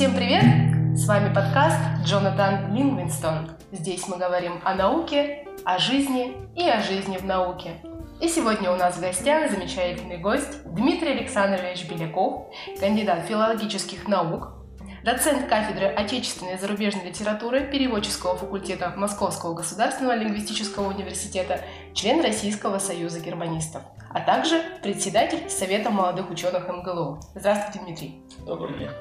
Всем привет! С вами подкаст Джонатан Лингвинстон. Здесь мы говорим о науке, о жизни и о жизни в науке. И сегодня у нас в гостях замечательный гость Дмитрий Александрович Беляков, кандидат филологических наук, доцент кафедры отечественной и зарубежной литературы переводческого факультета Московского государственного лингвистического университета, член Российского союза германистов, а также председатель Совета молодых ученых МГЛУ. Здравствуйте, Дмитрий. Добрый день.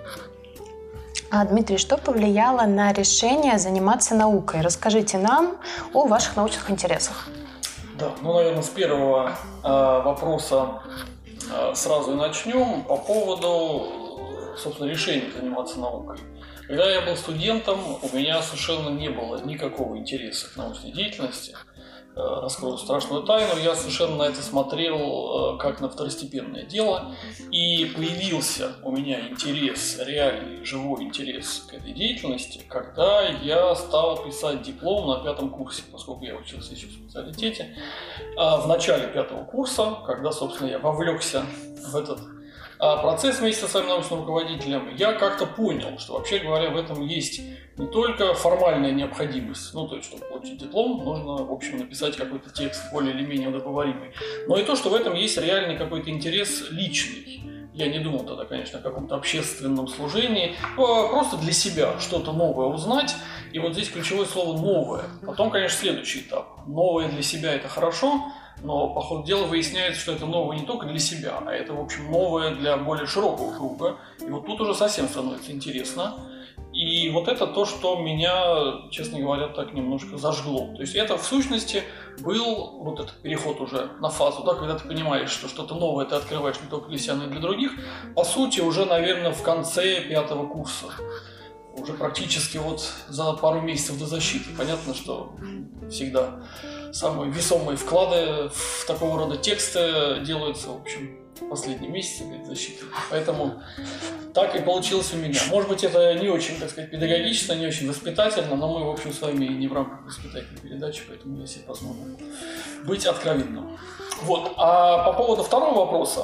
Дмитрий, что повлияло на решение заниматься наукой? Расскажите нам о ваших научных интересах. Да, наверное, с первого вопроса сразу и начнем по поводу, собственно, решения заниматься наукой. Когда я был студентом, у меня совершенно не было никакого интереса к научной деятельности. Раскрою страшную тайну, я совершенно на это смотрел как на второстепенное дело, и появился у меня интерес, реальный, живой интерес к этой деятельности, когда я стал писать диплом на 5 курсе, поскольку я учился еще в специалитете. В начале 5 курса, когда, собственно, я вовлекся в этот процесс вместе со своим научным руководителем, я как-то понял, что, вообще говоря, в этом есть не только формальная необходимость, то есть, чтобы получить диплом, нужно, в общем, написать какой-то текст более или менее удобоваримый, но и то, что в этом есть реальный какой-то интерес личный. Я не думал тогда, конечно, о каком-то общественном служении, просто для себя что-то новое узнать, и вот здесь ключевое слово «новое». Потом, конечно, следующий этап. Новое для себя – это хорошо, но по ходу дела выясняется, что это новое не только для себя, а это, в общем, новое для более широкого круга. И вот тут уже совсем становится интересно. И вот это то, что меня, честно говоря, так немножко зажгло. То есть это, в сущности, был вот этот переход уже на фазу, да, когда ты понимаешь, что что-то новое ты открываешь не только для себя, но и для других. По сути, уже, наверное, в конце 5 курса. Уже практически вот за пару месяцев до защиты. Понятно, что всегда самые весомые вклады в такого рода тексты делаются, в общем, в последние месяцы перед защитой. Поэтому так и получилось у меня. Может быть, это не очень, так сказать, педагогично, не очень воспитательно, но мы, в общем, с вами не в рамках воспитательной передачи, поэтому я себе позволю быть откровенным. Вот. А по поводу второго вопроса,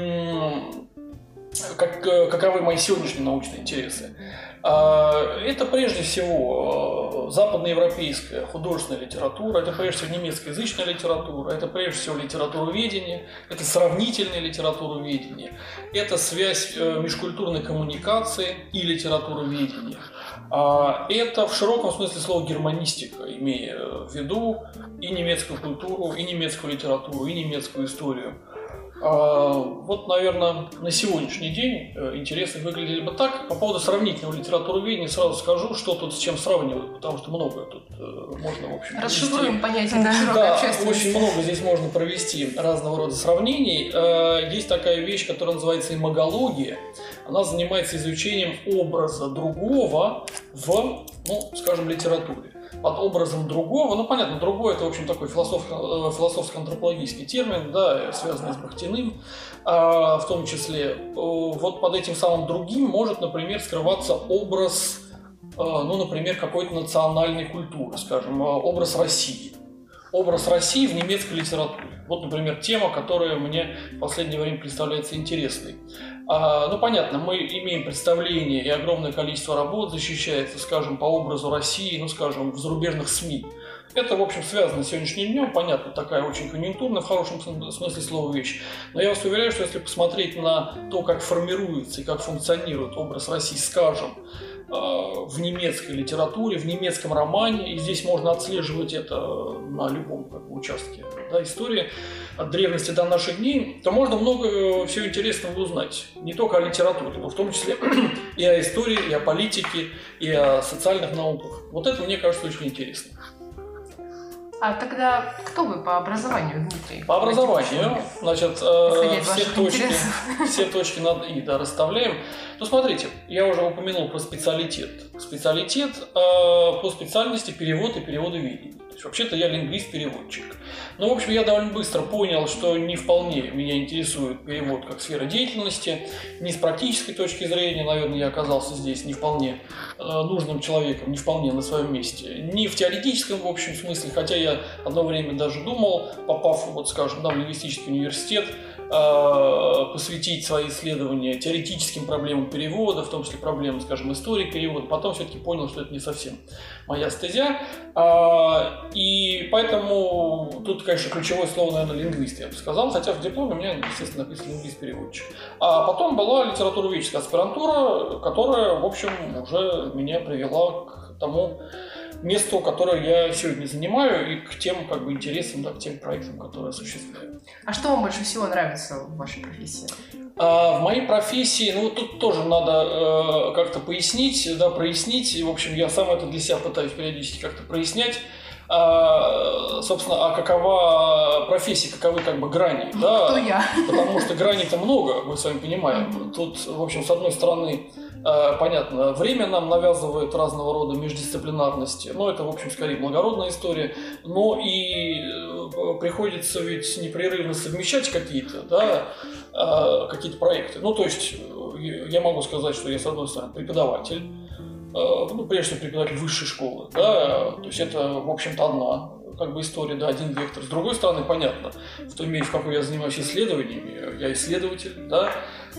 каковы мои сегодняшние научные интересы? Это прежде всего западноевропейская художественная литература, это прежде всего немецкоязычная литература, это прежде всего литературоведение, это сравнительное литературоведение, это связь межкультурной коммуникации и литературоведения. Это в широком смысле слова германистика, имея в виду и немецкую культуру, и немецкую литературу, и немецкую историю. Вот, наверное, на сегодняшний день интересы выглядели бы так. По поводу сравнительного литературоведения сразу скажу, что тут с чем сравнивать, потому что многое тут можно, в общем, расшифруем понятие широкой общественности. Очень много здесь можно провести разного рода сравнений. Есть такая вещь, которая называется имагология. Она занимается изучением образа другого в, скажем, литературе. Под образом другого, понятно, другой это, в общем, такой философско-антропологический термин, да, связанный с Бахтиным, в том числе. Вот под этим самым другим может, например, скрываться образ, например, какой-то национальной культуры, скажем, образ России. Образ России в немецкой литературе. Вот, например, тема, которая мне в последнее время представляется интересной. Понятно, мы имеем представление, и огромное количество работ защищается, скажем, по образу России, скажем, в зарубежных СМИ. Это, в общем, связано с сегодняшним днем, понятно, такая очень конъюнктурная, в хорошем смысле слова вещь. Но я вас уверяю, что если посмотреть на то, как формируется и как функционирует образ России, скажем, в немецкой литературе, в немецком романе, и здесь можно отслеживать это на любом участке истории от древности до наших дней, то можно много всего интересного узнать. Не только о литературе, но в том числе и о истории, и о политике, и о социальных науках. Вот это, мне кажется, очень интересно. А тогда кто вы по образованию, Дмитрий? По образованию, значит, все точки над «и» расставляем. Смотрите, я уже упомянул про специалитет. Специалитет по специальности перевод и переводоведение. То есть, вообще-то я лингвист-переводчик. В общем, я довольно быстро понял, что не вполне меня интересует перевод как сфера деятельности. Ни с практической точки зрения, наверное, я оказался здесь не вполне нужным человеком, не вполне на своем месте. Ни в теоретическом, в общем, смысле, хотя я одно время даже думал, попав, скажем, в лингвистический университет, посвятить свои исследования теоретическим проблемам перевода, в том числе проблемам, скажем, истории перевода. Потом все-таки понял, что это не совсем моя стезя. И поэтому тут, конечно, ключевое слово, наверное, лингвист, я бы сказал. Хотя в дипломе у меня, естественно, написано лингвист-переводчик. А потом была литературоведческая аспирантура, которая, в общем, уже меня привела к тому месту, которое я сегодня занимаю, и к тем интересам, да, к тем проектам, которые осуществляю. А что вам больше всего нравится в вашей профессии? В моей профессии, тут тоже надо как-то пояснить, да, прояснить. В общем, я сам это для себя пытаюсь периодически как-то прояснять. Собственно, какова профессия, каковы грани, да? Кто я? Потому что граней-то много, мы с вами понимаем. Тут, в общем, с одной стороны, понятно, время нам навязывает разного рода междисциплинарности, но это, в общем, скорее благородная история, но и приходится ведь непрерывно совмещать какие-то, да, какие-то проекты. То есть, я могу сказать, что я, с одной стороны, преподаватель, прежде всего преподаватель высшей школы, да, то есть это, в общем-то, одна история, да, один вектор. С другой стороны, понятно, в той мере, в какой я занимаюсь исследованиями, я исследователь, да,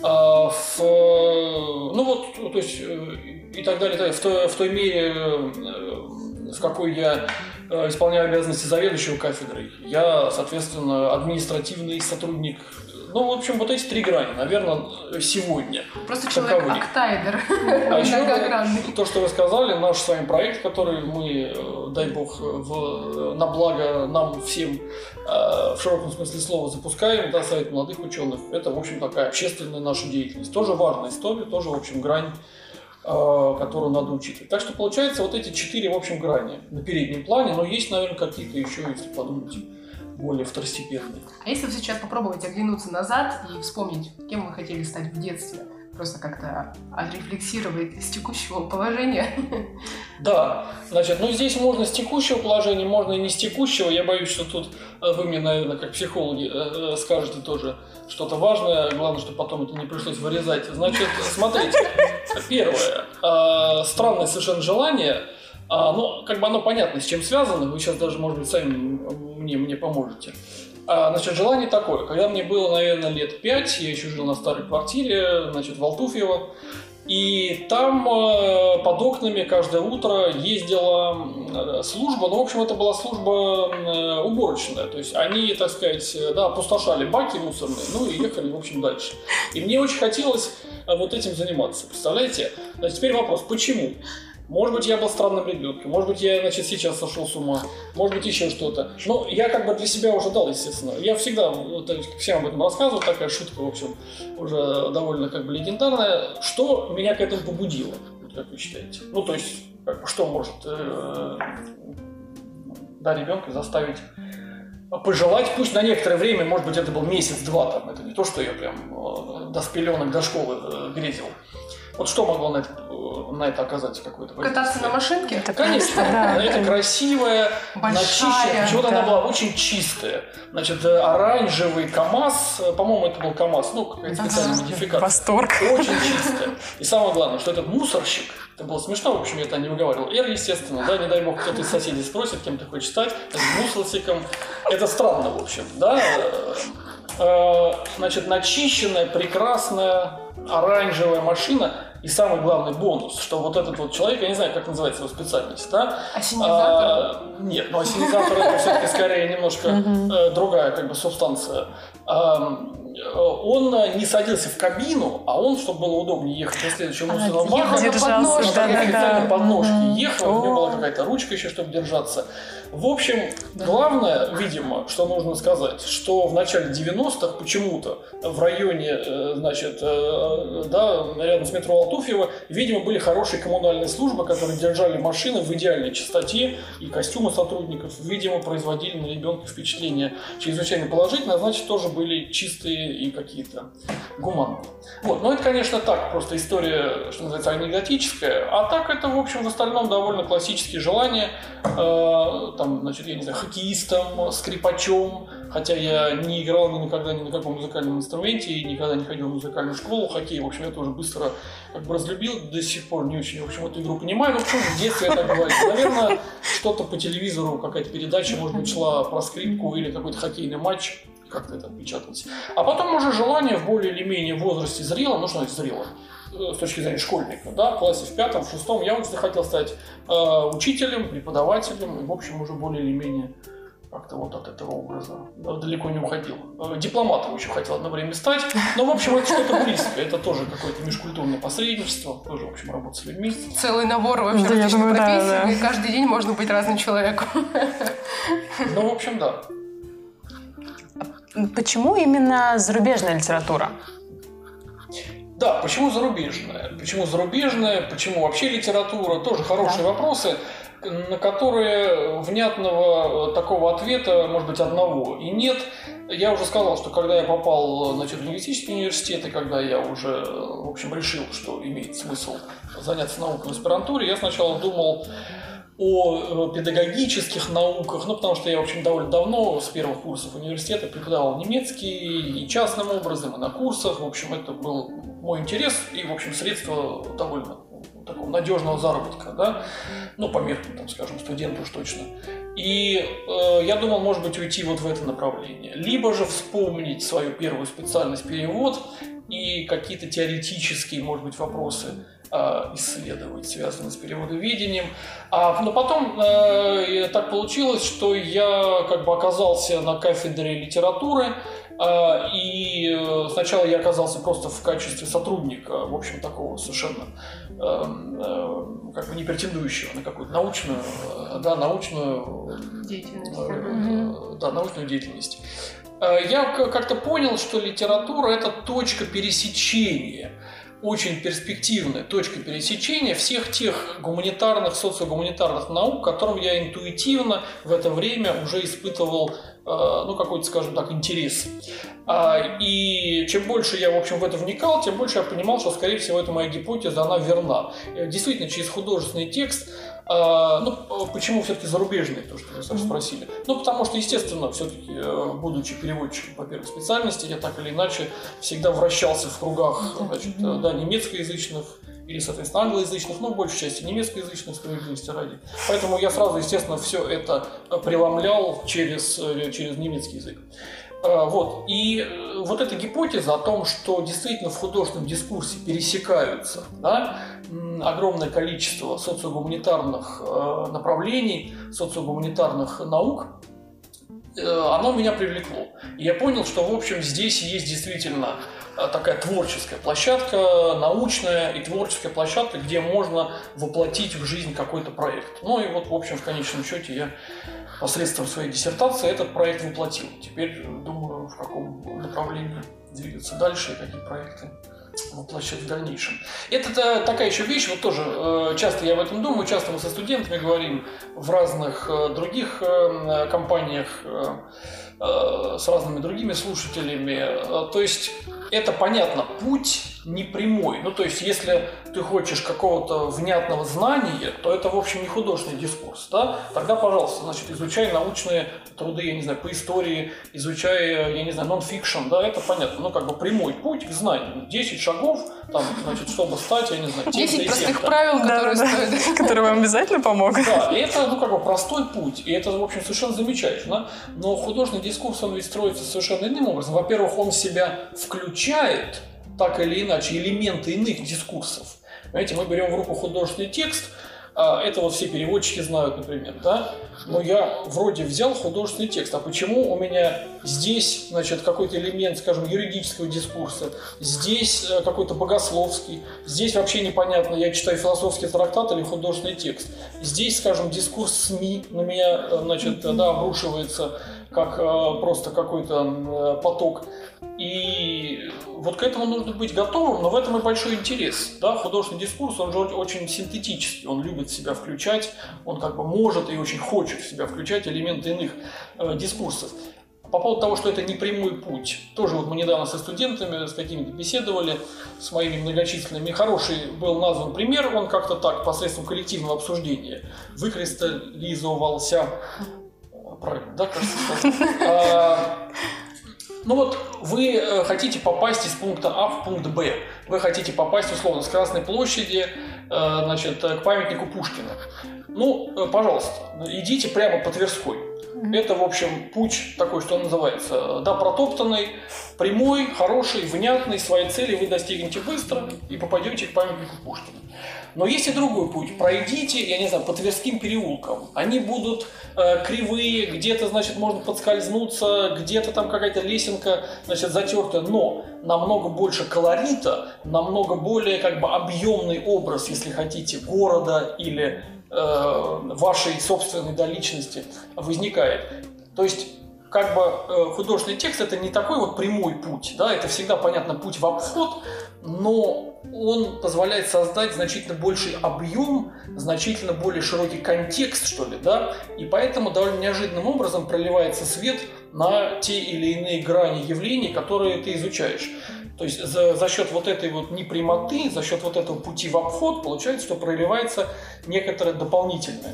то есть, и так далее, в той мере, в какой я исполняю обязанности заведующего кафедрой, я, соответственно, административный сотрудник. В общем, вот эти три грани, наверное, сегодня. Просто человек октаэдр, многогранный. То, что вы сказали, наш с вами проект, который мы, дай бог, на благо нам всем в широком смысле слова запускаем, да, Совет молодых ученых, это, в общем, такая общественная наша деятельность. Тоже важная история, тоже, в общем, грань, которую надо учитывать. Так что, получается, вот эти четыре, в общем, грани на переднем плане, но есть, наверное, какие-то еще, если подумать, более второстепенные. А если вы сейчас попробуете оглянуться назад и вспомнить, кем вы хотели стать в детстве, просто как-то отрефлексировать с текущего положения? Да, значит, здесь можно с текущего положения, можно и не с текущего. Я боюсь, что тут вы мне, наверное, как психологи, скажете тоже что-то важное. Главное, чтобы потом это не пришлось вырезать. Значит, смотрите, первое, странное совершенно желание. Оно понятно, с чем связано. Вы сейчас даже, может быть, сами мне поможете. Значит, желание такое. Когда мне было, наверное, лет 5, я еще жил на старой квартире, значит, в Алтуфьево. И там под окнами каждое утро ездила служба. В общем, это была служба уборочная. То есть они, так сказать, да, опустошали баки мусорные, и ехали, в общем, дальше. И мне очень хотелось вот этим заниматься. Представляете? Значит, теперь вопрос, почему? Может быть, я был странным ребенком, может быть, я, сейчас сошел с ума, может быть, еще что-то. Я для себя уже дал, естественно. Я всегда всем об этом рассказываю, такая шутка, в общем, уже довольно легендарная. Что меня к этому побудило, как вы считаете? То есть, что может ребенка заставить пожелать, пусть на некоторое время, может быть, это был месяц-два, это не то, что я прям с пеленок до школы грезил. Вот что могло на это оказать какое-то воздействие? Кататься на машинке? Конечно, да. Это красивая, начищенная. Почему-то она была очень чистая. Значит, оранжевый КамАЗ, по-моему, это был КамАЗ, какая-то специальная модификация. Восторг. Очень чистая. И самое главное, что этот мусорщик, это было смешно, в общем, я это не выговаривал. Естественно, да, не дай бог, кто-то из соседей спросит, кем ты хочешь стать, мусорщиком. Это странно, в общем, да. Значит, начищенная, прекрасная, оранжевая машина. И самый главный бонус, что вот этот вот человек, я не знаю, как называется его специальность, да? Ассенизатор? Нет, ассенизатор это все-таки скорее немножко другая субстанция. Он не садился в кабину, а он, чтобы было удобнее ехать по следующему мусорному баку, держался, подножки ехал, у него была какая-то ручка еще, чтобы держаться. В общем, главное, видимо, что нужно сказать, что в начале 90-х почему-то в районе, значит, рядом с метро Алтуфьево, видимо, были хорошие коммунальные службы, которые держали машины в идеальной чистоте, и костюмы сотрудников, видимо, производили на ребенка впечатление чрезвычайно положительное, значит, тоже были чистые и какие-то гуманные. Но это, конечно, так, просто история, что называется, анекдотическая, а так это, в общем, в остальном довольно классические желания, значит, я не знаю, хоккеистом, скрипачом, хотя я не играл никогда ни на каком музыкальном инструменте и никогда не ходил в музыкальную школу. Хоккей, в общем, я тоже быстро разлюбил, до сих пор не очень, в общем, эту игру понимаю, но почему в детстве я так говорю. Наверное, что-то по телевизору, какая-то передача, может быть, шла про скрипку или какой-то хоккейный матч. как-то это отпечаталось. А потом уже желание в более или менее возрасте зрелом, ну что значит зрелом, с точки зрения школьника, да, в классе в 5-м, в 6-м я очень захотел стать учителем, преподавателем, и, в общем, уже более или менее как-то вот от этого образа далеко не уходил. Дипломатом еще хотел одно время стать, но, в общем, это что-то близкое, это тоже какое-то межкультурное посредничество, тоже, в общем, работа с людьми. Целый набор вообще различных профессий, и каждый день можно быть разным человеком. Ну, в общем, да. Почему именно зарубежная литература? Да, почему зарубежная? Почему зарубежная? Почему вообще литература? Тоже хорошие вопросы, на которые внятного такого ответа, может быть, одного и нет. Я уже сказал, что когда я попал, значит, в лингвистический университет, и когда я уже, в общем, решил, что имеет смысл заняться наукой в аспирантуре, я сначала думал о педагогических науках, ну, потому что я, в общем, довольно давно, с первых курсов университета, преподавал немецкий и частным образом, и на курсах. В общем, это был мой интерес и, в общем, средство довольно такого надежного заработка, да, ну, по меркам, там, скажем, студента уж точно. И я думал, может быть, уйти вот в это направление. Либо же вспомнить свою первую специальность перевод и какие-то теоретические, может быть, вопросы исследовать, связанные с переводоведением. Но потом так получилось, что я как бы оказался на кафедре литературы, и сначала я оказался просто в качестве сотрудника, в общем, такого совершенно как бы не претендующего на какую-то научную деятельность. Научную деятельность. Я как-то понял, что литература – это точка пересечения, очень перспективная точка пересечения всех тех гуманитарных, социогуманитарных наук, которым я интуитивно в это время уже испытывал, ну, какой-то, скажем так, интерес. И чем больше я, в общем, в это вникал, тем больше я понимал, что, скорее всего, эта моя гипотеза, она верна. Действительно, через художественный текст. Почему все-таки зарубежный, то, что вы, Саша, спросили? Ну, потому что, естественно, все-таки, будучи переводчиком по первой специальности, я так или иначе всегда вращался в кругах, значит, да, немецкоязычных или, соответственно, англоязычных, но в большей части немецкоязычных, справедливости ради. Поэтому я сразу, естественно, все это преломлял через немецкий язык. Вот. И вот эта гипотеза о том, что действительно в художественном дискурсе пересекаются, да, огромное количество социогуманитарных направлений, социогуманитарных наук, оно меня привлекло. И я понял, что, в общем, здесь есть действительно такая творческая площадка, научная и творческая площадка, где можно воплотить в жизнь какой-то проект. Ну и вот, в общем, в конечном счете я посредством своей диссертации этот проект воплотил. Теперь думаю, в каком направлении двигаться дальше и какие проекты воплощать в дальнейшем. Это такая еще вещь, вот тоже часто я об этом думаю, часто мы со студентами говорим в разных других компаниях с разными другими слушателями. То есть это понятно, путь не прямой. Ну, то есть, если ты хочешь какого-то внятного знания, то это, в общем, не художественный дискурс, да? Тогда, пожалуйста, значит, изучай научные труды, я не знаю, по истории, изучай, я не знаю, нон-фикшн, да, это понятно. Ну, как бы прямой путь к знанию. 10 шагов, там, значит, чтобы стать, я не знаю, 10 простых правил, которые вам обязательно помогут. Да, и это, ну, как бы простой путь, и это, в общем, совершенно замечательно. Но художественный дискурс, он ведь строится совершенно иным образом. Во-первых, он в себя включает так или иначе элементы иных дискурсов. Понимаете, мы берем в руку художественный текст, это вот все переводчики знают, например, да? Но я вроде взял художественный текст, а почему у меня здесь, значит, какой-то элемент, скажем, юридического дискурса, здесь какой-то богословский, здесь вообще непонятно, я читаю философский трактат или художественный текст, здесь, скажем, дискурс СМИ на меня, значит, да, обрушивается, как просто какой-то поток. И вот к этому нужно быть готовым, но в этом и большой интерес. Да? Художественный дискурс, он же очень синтетический, он любит в себя включать, он как бы может и очень хочет в себя включать элементы иных дискурсов. По поводу того, что это не прямой путь, тоже вот мы недавно со студентами, с какими-то беседовали, с моими многочисленными. Хороший был назван пример, он как-то так, посредством коллективного обсуждения, выкристаллизовался. Правильно, да, кажется? Ну вот, вы хотите попасть из пункта А в пункт Б. Вы хотите попасть, условно, с Красной площади, значит, к памятнику Пушкина. Ну, пожалуйста, идите прямо по Тверской. Это, в общем, путь такой, что называется, да, протоптанный, прямой, хороший, внятный, своей цели вы достигнете быстро и попадете к памятнику Пушкина. Но есть и другой путь. Пройдите, я не знаю, по Тверским переулкам. Они будут кривые, где-то, значит, можно подскользнуться, где-то там какая-то лесенка, значит, затертая, но намного больше колорита, намного более как бы объемный образ, если хотите, города или вашей собственной, да, личности возникает. То есть как бы художественный текст — это не такой вот прямой путь, да, это всегда, понятно, путь в обход, но он позволяет создать значительно больший объем, значительно более широкий контекст, что ли, да, и поэтому довольно неожиданным образом проливается свет на те или иные грани явлений, которые ты изучаешь. То есть за счет вот этой вот непрямоты, за счет вот этого пути в обход получается, что проливается некоторое дополнительное.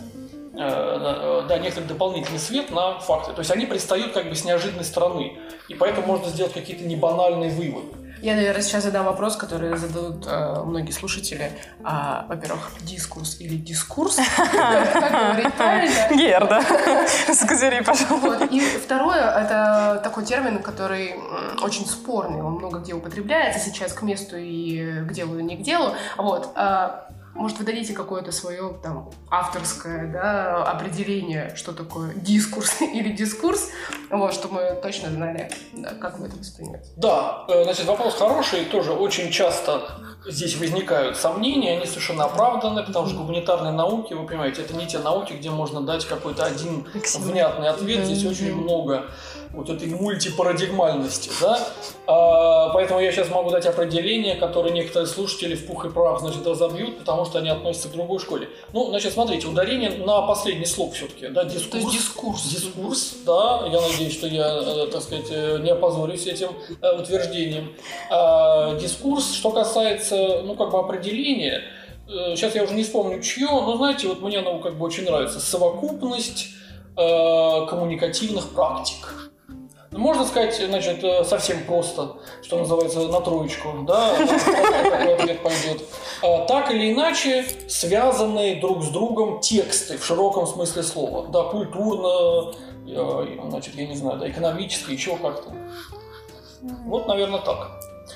Да, некоторый дополнительный свет на факты. То есть они предстают как бы с неожиданной стороны. И поэтому можно сделать какие-то небанальные выводы. Я, наверное, сейчас задам вопрос, который зададут многие слушатели. Во-первых, дискурс или дискурс? Как говорить правильно? Герда, скажи, пожалуйста. И второе, это такой термин, который очень спорный. Он много где употребляется сейчас к месту и к делу, и не к делу. Вот. Может, вы дадите какое-то свое там авторское, да, определение, что такое дискурс или дискурс, вот, чтобы мы точно знали, да, как вы это воспринимаете. Да, значит, вопрос хороший, тоже очень часто здесь возникают сомнения, они совершенно оправданы, потому что гуманитарные науки, вы понимаете, это не те науки, где можно дать какой-то один внятный ответ, здесь очень много вот этой мультипарадигмальности, да? Поэтому я сейчас могу дать определение, которое некоторые слушатели в пух и прах, значит, разобьют, потому что они относятся к другой школе. Ну, значит, смотрите, ударение на последний слог все-таки, да, дискурс. То есть дискурс. Дискурс, да, я надеюсь, что я, так сказать, не опозорюсь этим утверждением. Дискурс, что касается, ну, как бы определения, сейчас я уже не вспомню чье, но, знаете, вот мне оно как бы очень нравится, совокупность коммуникативных практик. Можно сказать, значит, совсем просто, что называется, на троечку, да, такой ответ пойдет. Так или иначе связанные друг с другом тексты в широком смысле слова, да, культурно, значит, я не знаю, да, экономически, еще как-то. Вот, наверное, так.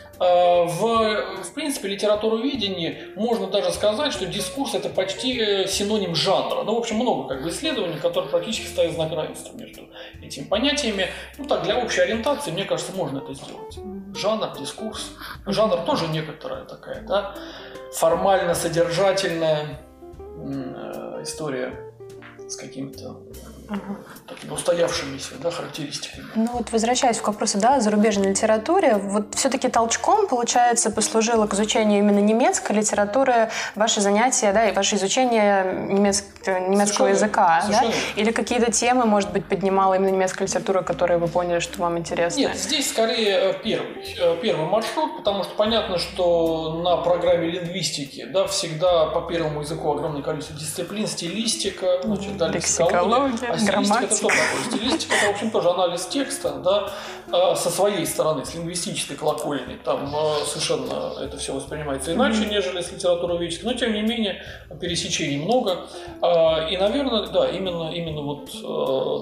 В принципе, литературоведении можно даже сказать, что дискурс — это почти синоним жанра. Ну, в общем, много как бы исследований, которые практически ставят знак равенства между этими понятиями. Ну, так, для общей ориентации, мне кажется, можно это сделать. Жанр, дискурс. Жанр тоже некоторая такая, да, формально-содержательная история с какими-то такими устоявшимися, да, характеристиками. Ну вот, возвращаясь к вопросу, да, о зарубежной литературе, вот все-таки толчком, получается, послужило к изучению именно немецкой литературы ваше занятие, да, и ваше изучение немецкого языка, да? Или какие-то темы, может быть, поднимала именно немецкая литература, которые вы поняли, что вам интересны? Нет, здесь скорее первый маршрут, потому что понятно, что на программе лингвистики, да, всегда по первому языку огромное количество дисциплин, стилистика, значит, да, лексикология. Стилистика — это что такое? Стилистика — это, в общем, тоже анализ текста, да, со своей стороны, с лингвистической колокольни. Там совершенно это все воспринимается иначе, нежели с литературоведческой. Но, тем не менее, пересечений много. И, наверное, да, именно вот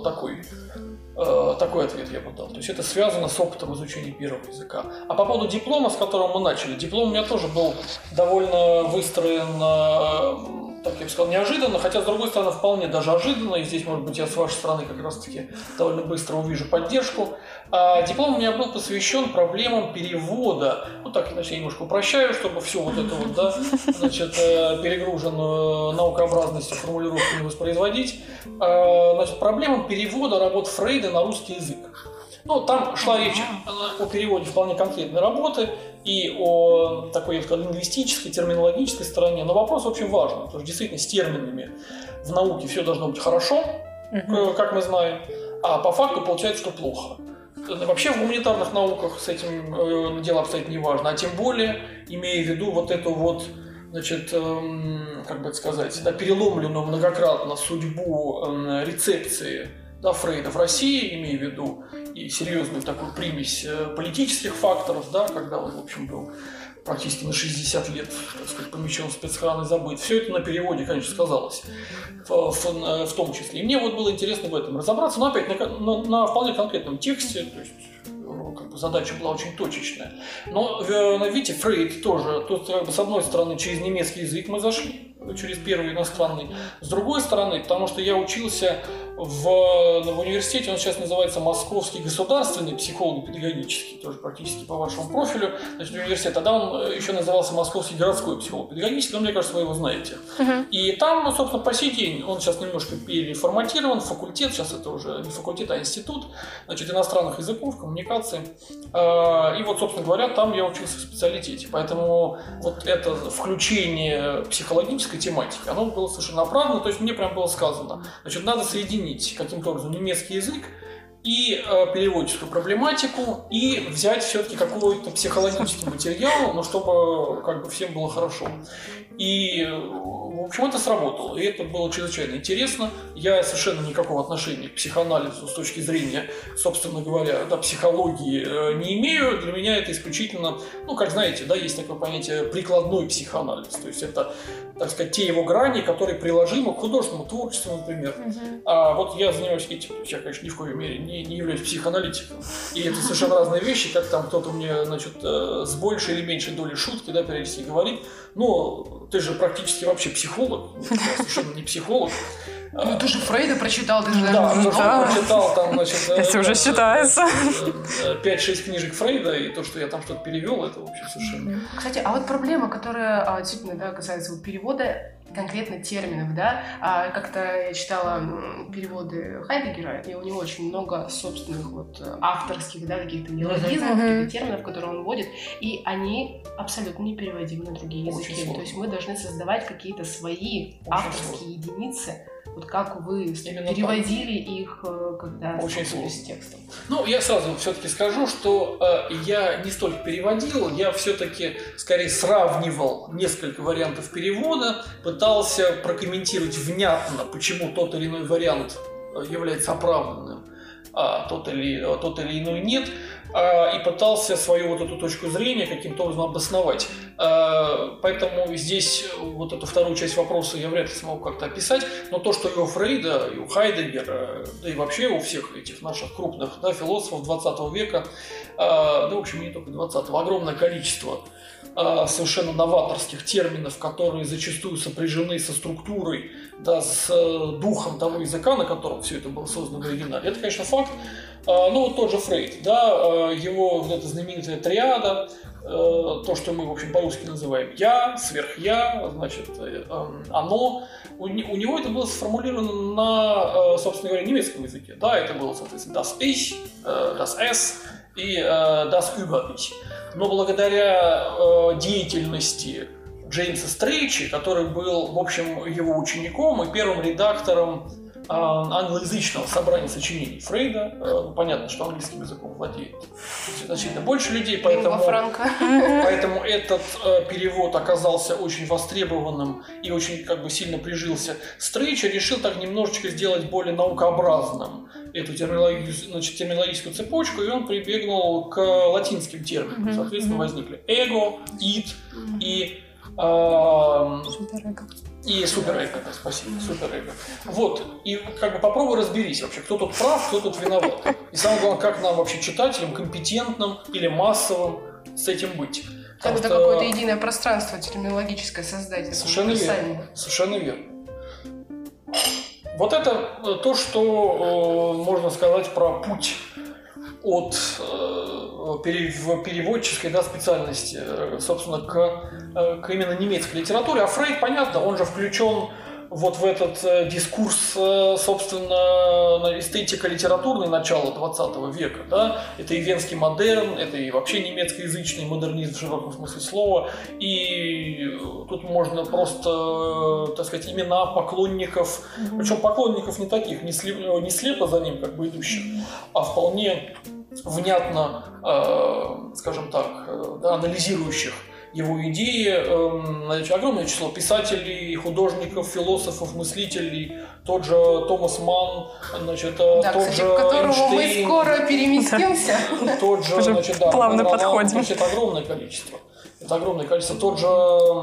такой ответ я бы дал. То есть это связано с опытом изучения первого языка. А по поводу диплома, с которым мы начали, диплом у меня тоже был довольно выстроен, так я бы сказал, неожиданно, хотя, с другой стороны, вполне даже ожиданно, и здесь, может быть, я с вашей стороны как раз-таки довольно быстро увижу поддержку. Диплом у меня был посвящен проблемам перевода. Ну, так, иначе я немножко упрощаю, чтобы всю вот эту вот, да, значит, перегруженную наукообразностью формулировку не воспроизводить. Значит, проблемам перевода работ Фрейда на русский язык. Ну, там шла речь о переводе вполне конкретной работы и о такой, я бы сказал, лингвистической, терминологической стороне. Но вопрос очень важный, потому что действительно с терминами в науке все должно быть хорошо, как мы знаем, а по факту получается, что плохо. Вообще в гуманитарных науках с этим дело обстоит неважно, а тем более, имея в виду вот эту вот, значит, как бы это сказать, да, переломленную многократно судьбу рецепции, да, Фрейда в России, имею в виду, и серьезную такую примесь политических факторов, да, когда он, в общем, был практически на 60 лет, так сказать, помещен в спецохраны, забыт. Все это на переводе, конечно, сказалось, в том числе. И мне вот было интересно в этом разобраться, но опять на вполне конкретном тексте, то есть как бы задача была очень точечная. Но, видите, Фрейд тоже, тут как бы с одной стороны через немецкий язык мы зашли, через первый иностранный, с другой стороны, потому что я учился в университете, он сейчас называется Московский государственный психолого-педагогический, тоже практически по вашему профилю, значит, университет. Тогда он еще назывался Московский городской психолого-педагогический, но мне кажется, вы его знаете. И там, ну, собственно, по сей день, он сейчас немножко переформатирован, факультет, сейчас это уже не факультет, а институт, значит, иностранных языков, коммуникации. И вот, собственно говоря, там я учился в специалитете. Поэтому вот это включение психологической тематики, оно было совершенно оправдано, то есть мне прям было сказано, значит, надо соединить каким-то образом немецкий язык и переводческую проблематику, и взять все-таки какой-то психологический материал, но чтобы как бы всем было хорошо. И, в общем, это сработало, и это было чрезвычайно интересно. Я совершенно никакого отношения к психоанализу с точки зрения, собственно говоря, да, психологии не имею. Для меня это исключительно, ну, как знаете, да, есть такое понятие прикладной психоанализ, то есть это, так сказать, те его грани, которые приложимы к художественному творчеству, например. А вот я занимаюсь этим, я, конечно, ни в коей мере не являюсь психоаналитиком. И это совершенно разные вещи, как там кто-то мне, значит, с большей или меньшей долей шутки, да, периодически говорит, ну, ты же практически вообще психолог, я совершенно не психолог. Ну, ты же Фрейда прочитал, ты же да, даже... Да, прочитал там, значит... Это уже считается. 5-6 книжек Фрейда, и то, что я там что-то перевел, это вообще совершенно... Кстати, а вот проблема, которая действительно, да, касается вот перевода конкретно терминов, да, как-то я читала переводы Хайдеггера, и у него очень много собственных вот авторских, да, каких-то неологизмов, каких-то терминов, которые он вводит, и они абсолютно непереводимы на другие языки. То есть мы должны создавать какие-то свои авторские единицы. Вот как вы именно переводили так их, когда столкнулись с текстом? Ну, я сразу все-таки скажу, что я не столько переводил, я все-таки скорее сравнивал несколько вариантов перевода, пытался прокомментировать внятно, почему тот или иной вариант является оправданным, а тот или иной нет, и пытался свою вот эту точку зрения каким-то образом обосновать. Поэтому здесь вот эту вторую часть вопроса я вряд ли смогу как-то описать, но то, что и у Фрейда, и у Хайдеггера, да и вообще у всех этих наших крупных, да, философов 20 века, да, в общем, не только 20-го, огромное количество совершенно новаторских терминов, которые зачастую сопряжены со структурой, да, с духом того языка, на котором все это было создано в оригинале. Это, конечно, факт. Ну, вот тот же Фрейд, да, его вот эта знаменитая триада, то, что мы, в общем, по-русски называем «я», «сверх-я», значит, «оно», у него это было сформулировано на, собственно говоря, немецком языке. Да, это было, соответственно, «das Ich», «das Es» и «das über ich». Но благодаря деятельности Джеймса Стрейчи, который был, в общем, его учеником и первым редактором англоязычного собрания сочинений Фрейда, понятно, что английским языком владеет значительно больше людей, поэтому этот перевод оказался очень востребованным и очень как бы сильно прижился. Стрейчи решил так немножечко сделать более наукообразным эту терминологическую цепочку, и он прибегнул к латинским терминам. Соответственно, возникли эго, ид и суперэго, да, спасибо, суперэго. Вот, и как бы попробуй разберись вообще, кто тут прав, кто тут виноват. И самое главное, как нам вообще читателям, компетентным или массовым с этим быть. Как это какое-то единое пространство терминологическое создать. Совершенно верно. Совершенно верно. Вот это то, что можно сказать про путь от переводческой, да, специальности, собственно, к именно немецкой литературе. А Фрейд, понятно, он же включен вот в этот дискурс, собственно, эстетико-литературный начала 20 века. Да? Это и венский модерн, это и вообще немецкоязычный модернизм в широком смысле слова. И тут можно просто, так сказать, имена поклонников, причем поклонников не таких, не слепо за ним как бы идущих, а вполне внятно, скажем так, да, анализирующих его идеи. Значит, огромное число писателей, художников, философов, мыслителей. Тот же Томас Манн, значит, да, тот кстати, же к которому Эйнштейн, мы скоро переместимся. Тот же, значит, да, плавно подходим. Это огромное количество. Это огромное количество. Тот же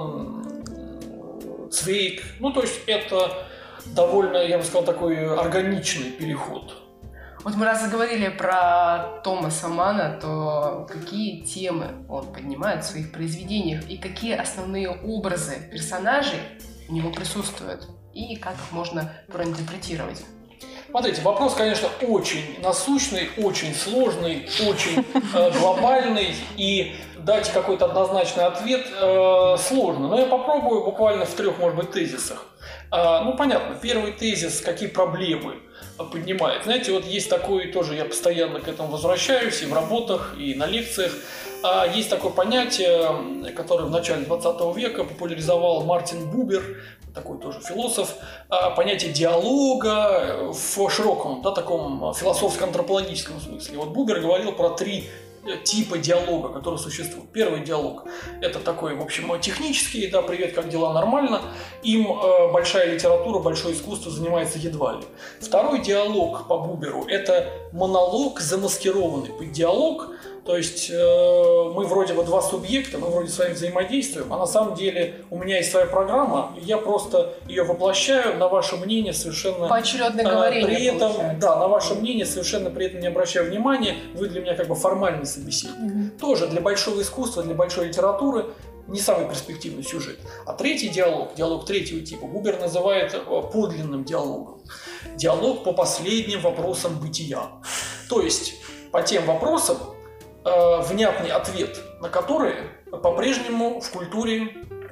Цвейг. Ну, то есть это довольно, я бы сказал, такой органичный переход. Вот мы раз заговорили про Томаса Манна, то какие темы он поднимает в своих произведениях и какие основные образы персонажей у него присутствуют и как их можно проинтерпретировать? Смотрите, вопрос, конечно, очень насущный, очень сложный, очень глобальный, и дать какой-то однозначный ответ сложно. Но я попробую буквально в 3, может быть, тезисах. Ну, понятно, первый тезис, какие проблемы поднимает. Знаете, вот есть такой, тоже я постоянно к этому возвращаюсь и в работах, и на лекциях. Есть такое понятие, которое в начале 20 века популяризовал Мартин Бубер, такой тоже философ, понятие диалога в широком, да, таком философско-антропологическом смысле. Вот Бубер говорил про 3 типа диалога, которые существуют. Первый диалог – это такой, в общем, технический, да, привет, как дела, нормально. Им большая литература, большое искусство занимается едва ли. Второй диалог по Буберу – это монолог, замаскированный под диалог. То есть мы вроде бы 2 субъекта, мы вроде с вами взаимодействуем, а на самом деле у меня есть своя программа, и я просто ее воплощаю, на ваше мнение совершенно... Поочередное говорение при этом, получается. да, на ваше мнение совершенно при этом не обращаю внимания, вы для меня как бы формальный собеседник. Тоже для большого искусства, для большой литературы не самый перспективный сюжет. А третий диалог, диалог 3-го типа, Бубер называет подлинным диалогом. Диалог по последним вопросам бытия. То есть по тем вопросам, внятный ответ на которые по-прежнему в культуре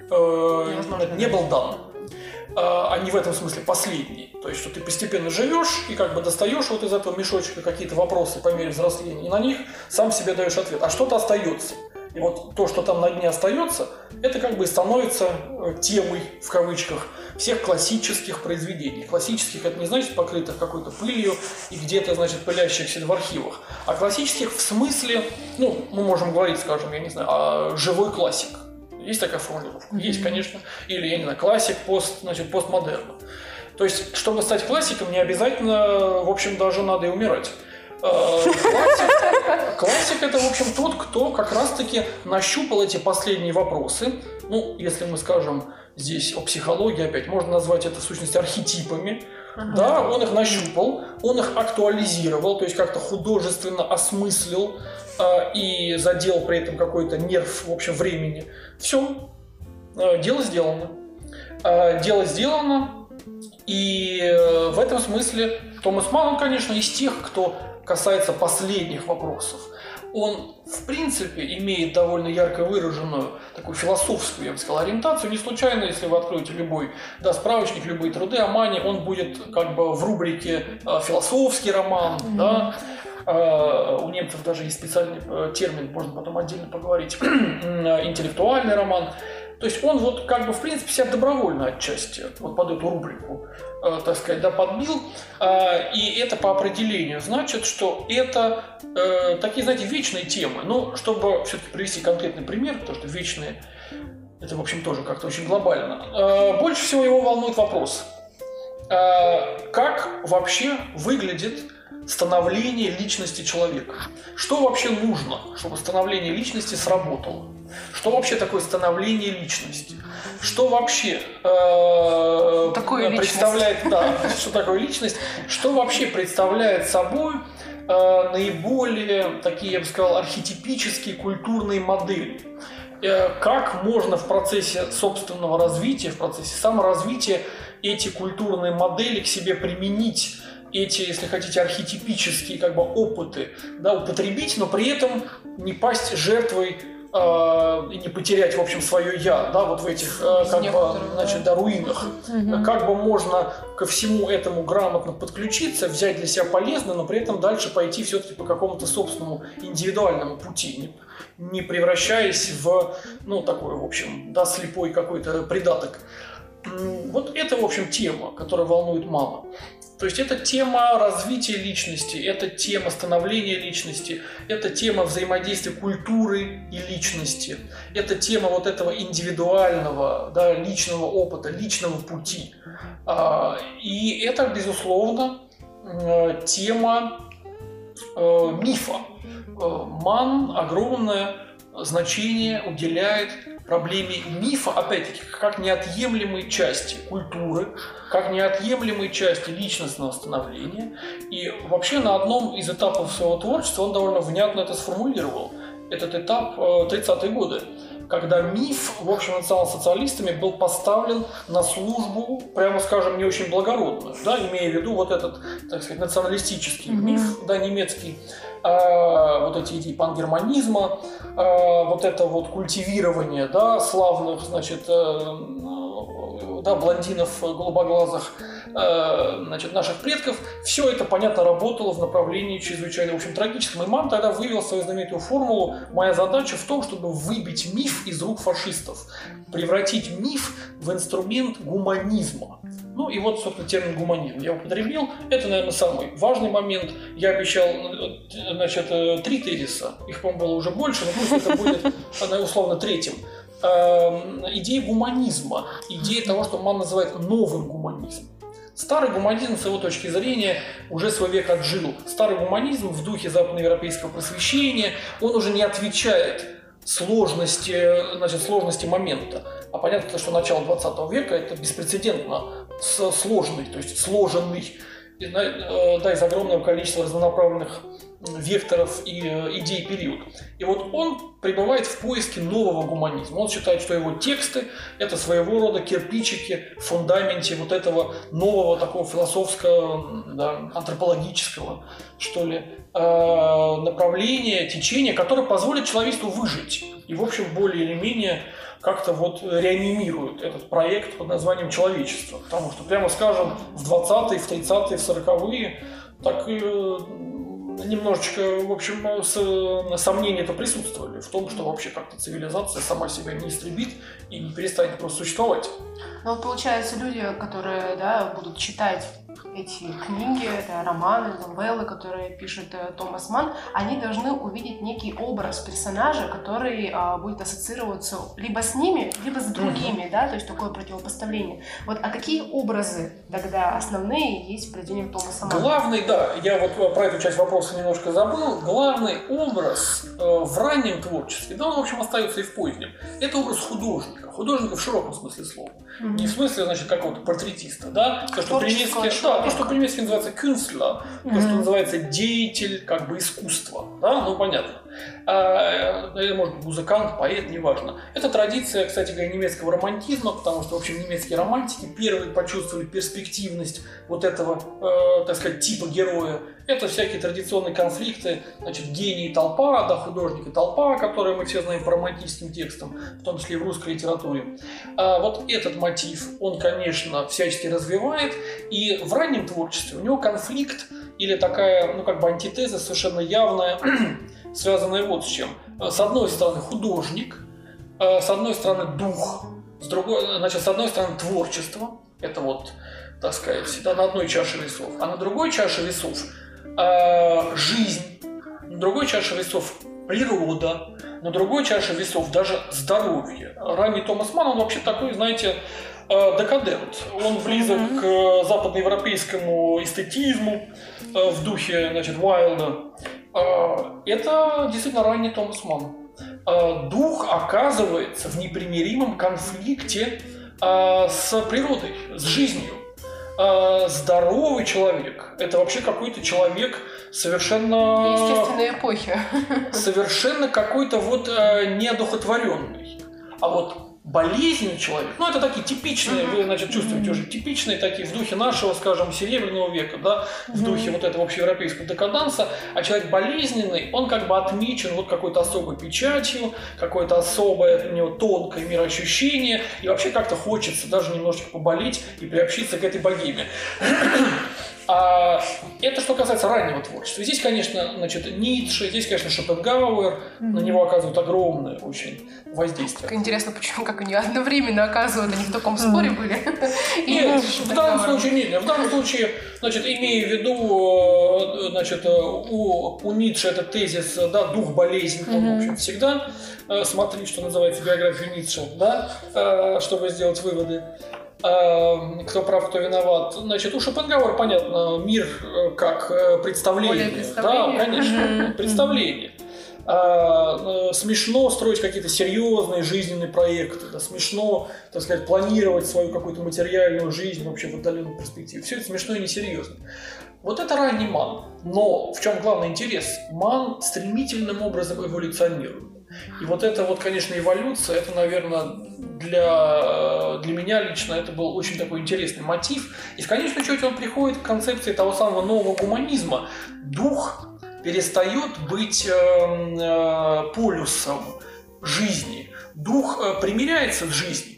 не был дан. Они в этом смысле последние. То есть, что ты постепенно живешь и как бы достаешь вот из этого мешочка какие-то вопросы по мере взросления, и на них сам себе даешь ответ. А что-то остается. И вот то, что там на дне остается, это как бы становится темой, в кавычках, всех классических произведений. Классических — это не значит покрытых какой-то пылью и где-то, значит, пылящихся в архивах. А классических в смысле, ну, мы можем говорить, скажем, я не знаю, живой классик. Есть такая формулировка? Есть, конечно. Или, я не знаю, классик постмодерна. То есть, чтобы стать классиком, не обязательно, в общем, даже надо и умирать. Классик – это, в общем, тот, кто как раз-таки нащупал эти последние вопросы. Ну, если мы скажем здесь о психологии, опять можно назвать это в сущности архетипами. Да, он их нащупал, он их актуализировал, то есть как-то художественно осмыслил и задел при этом какой-то нерв, в общем, времени. Все, дело сделано. Дело сделано, и в этом смысле Томас Манн, он, конечно, из тех, кто касается последних вопросов. Он, в принципе, имеет довольно ярко выраженную такую философскую, я бы сказал, ориентацию. Не случайно, если вы откроете любой справочник, любые труды о Манне, он будет как бы в рубрике «философский роман», да. У немцев даже есть специальный термин, можно потом отдельно поговорить, интеллектуальный роман. То есть он вот как бы в принципе себя добровольно отчасти вот под эту рубрику, так сказать, да, подбил. И это по определению значит, что это такие, знаете, вечные темы. Но чтобы все-таки привести конкретный пример, потому что вечные, это, в общем, тоже как-то очень глобально. Больше всего его волнует вопрос, как вообще выглядит становление личности человека. Что вообще нужно, чтобы становление личности сработало? Что вообще такое становление личности? Что вообще представляет, да, что такое личность? Что вообще представляет собой наиболее такие, я бы сказал, архетипические культурные модели? Как можно в процессе собственного развития, в процессе саморазвития эти культурные модели к себе применить? Эти, если хотите, архетипические как бы опыты, да, употребить, но при этом не пасть жертвой и не потерять, в общем, свое «я», да, вот в этих как бы, значит, да, руинах. Как бы можно ко всему этому грамотно подключиться, взять для себя полезно, но при этом дальше пойти все-таки по какому-то собственному индивидуальному пути, не превращаясь в, ну, такой, в общем, да, слепой какой-то придаток. Вот это, в общем, тема, которая волнует Манна. То есть это тема развития личности, это тема становления личности, это тема взаимодействия культуры и личности, это тема вот этого индивидуального, да, личного опыта, личного пути. И это, безусловно, тема мифа. Манн огромное значение уделяет проблеме мифа, опять-таки, как неотъемлемой части культуры, как неотъемлемой части личностного становления. И вообще на одном из этапов своего творчества он довольно внятно это сформулировал. Этот этап 30-е годы, когда миф, в общем, национал-социалистами был поставлен на службу, прямо скажем, не очень благородную, да, имея в виду вот этот, так сказать, националистический миф, да, немецкий, вот эти идеи пангерманизма, вот это вот культивирование, да, славных, значит, да, блондинов голубоглазых, значит, наших предков, все это, понятно, работало в направлении чрезвычайно, в общем, трагическом. И Манн тогда вывел свою знаменитую формулу: моя задача в том, чтобы выбить миф из рук фашистов, превратить миф в инструмент гуманизма. Ну и вот, собственно, термин гуманизм я употребил. Это, наверное, самый важный момент. Я обещал, значит, 3 тезиса. Их, по-моему, было уже больше, но пусть это будет, условно, третьим. Идея гуманизма, идея того, что Манн называет новым гуманизмом. Старый гуманизм, с его точки зрения, уже свой век отжил. Старый гуманизм в духе западноевропейского просвещения, он уже не отвечает сложности момента. А понятно, что начало 20 века – это беспрецедентно сложный, то есть сложенный, да, из огромного количества разнонаправленных векторов и идей период. И вот он пребывает в поиске нового гуманизма. Он считает, что его тексты – это своего рода кирпичики в фундаменте вот этого нового такого философского, да, антропологического, что ли, направления, течения, которое позволит человечеству выжить. И, в общем, более или менее как-то вот реанимирует этот проект под названием «Человечество». Потому что, прямо скажем, в 20-е, в 30-е, в 40-е так и немножечко, в общем, сомнения-то присутствовали в том, что вообще как-то цивилизация сама себя не истребит и не перестанет просто существовать. Ну, вот получается, люди, которые, да, будут читать эти книги, это романы, новеллы, которые пишет Томас Манн, они должны увидеть некий образ персонажа, который будет ассоциироваться либо с ними, либо с другими, да, то есть такое противопоставление. Вот, а какие образы тогда основные есть в произведениях Томаса Манна? Главный, да, я вот про эту часть вопроса немножко забыл, главный образ в раннем творчестве, да, он, в общем, остается и в позднем, это образ художника, художника в широком смысле слова. Не в смысле, значит, какого-то портретиста, да, то, что по-немецки называется кюнстлер, то, что называется деятель, как бы, искусства, да, ну, понятно. Это может быть музыкант, поэт, неважно. Это традиция, кстати говоря, немецкого романтизма, потому что, в общем, немецкие романтики первые почувствовали перспективность вот этого, так сказать, типа героя. Это всякие традиционные конфликты, значит, гений и толпа, да, художник и толпа, которые мы все знаем по романтическим текстам, в том числе и в русской литературе. Вот этот мотив он, конечно, всячески развивает, и в раннем творчестве у него конфликт или такая, ну, как бы антитеза совершенно явная, связанная вот с чем. С одной стороны художник, с одной стороны дух, с другой, значит, с одной стороны творчество, это вот, так сказать, да, на одной чаше весов, а на другой чаше весов жизнь, на другой чаше весов природа, на другой чаше весов даже здоровье. Ранний Томас Манн, он вообще такой, знаете, декадент. Он близок к западноевропейскому эстетизму в духе, значит, Уайлда. Это действительно ранний Томас Манн. Дух оказывается в непримиримом конфликте с природой, с жизнью. Здоровый человек – это вообще какой-то человек совершенно… Естественной эпохи. Совершенно какой-то вот неодухотворенный. А вот болезненный человек, ну, это такие типичные, вы, значит, чувствуете уже, типичные такие в духе нашего, скажем, Серебряного века, да, в духе вот этого общеевропейского декаданса, а человек болезненный, он как бы отмечен вот какой-то особой печатью, какое-то особое у него тонкое мироощущение, и вообще как-то хочется даже немножечко поболеть и приобщиться к этой богеме. Это что касается раннего творчества. Здесь, конечно, значит, Ницше, здесь, конечно, Шопенгауэр, на него оказывают огромное очень воздействие. Как интересно, почему, как они одновременно оказывают, они в таком споре были. Нет, в данном случае нет. В данном случае, значит, имея в виду, значит, у Ницше этот тезис, да, дух болезни, в общем, всегда смотри, что называется, биографию Ницше, да, чтобы сделать выводы. Кто прав, кто виноват. Значит, у Шопенгауэра, понятно, мир как представление. Да, конечно, представление. Смешно строить какие-то серьезные жизненные проекты, да, смешно, так сказать, планировать свою какую-то материальную жизнь вообще в отдаленной перспективе. Все это смешно и несерьезно. Вот это ранний Ман. Но в чем главный интерес? Ман стремительным образом эволюционирует. И вот это вот, конечно, эволюция, это, наверное, для меня лично это был очень такой интересный мотив. И в конечном счете он приходит к концепции того самого нового гуманизма. Дух перестает быть полюсом жизни. Дух примиряется с жизнью.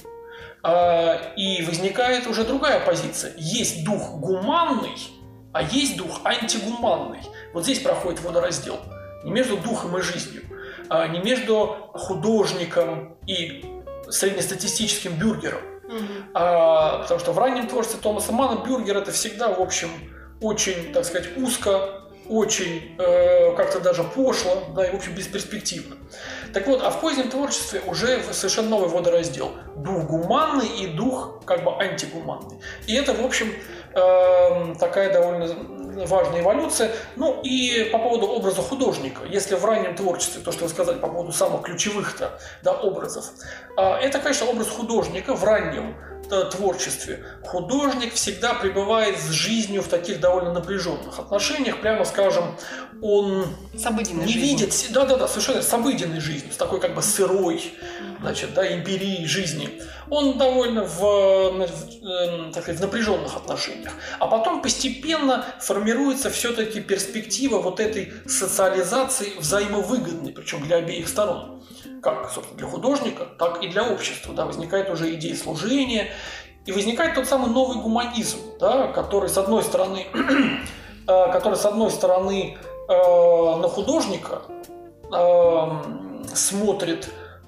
И возникает уже другая позиция. Есть дух гуманный, а есть дух антигуманный. Вот здесь проходит водораздел. Не между духом и жизнью, не между художником и среднестатистическим бюргером. Потому что в раннем творчестве Томаса Манна бюргер это всегда, в общем, очень, так сказать, узко, очень как-то даже пошло, да, и, в общем, бесперспективно. Так вот, а в позднем творчестве уже совершенно новый водораздел. Дух гуманный и дух как бы антигуманный. И это, в общем, такая довольно важная эволюция. Ну и по поводу образа художника. Если в раннем творчестве, то, что вы сказали по поводу самых ключевых-то, да, образов, это, конечно, образ художника в раннем творчестве. Художник всегда пребывает с жизнью в таких довольно напряженных отношениях, прямо скажем, он не видит, да, совершенно с обыденной жизнью, с такой как бы сырой, значит, да, империей жизни. Он довольно так сказать, в напряженных отношениях. А потом постепенно формируется все-таки перспектива вот этой социализации взаимовыгодной, причем для обеих сторон. Как, собственно, для художника, так и для общества. Да, возникает уже идея служения, и возникает тот самый новый гуманизм, да, который, с одной стороны, на художника смотрит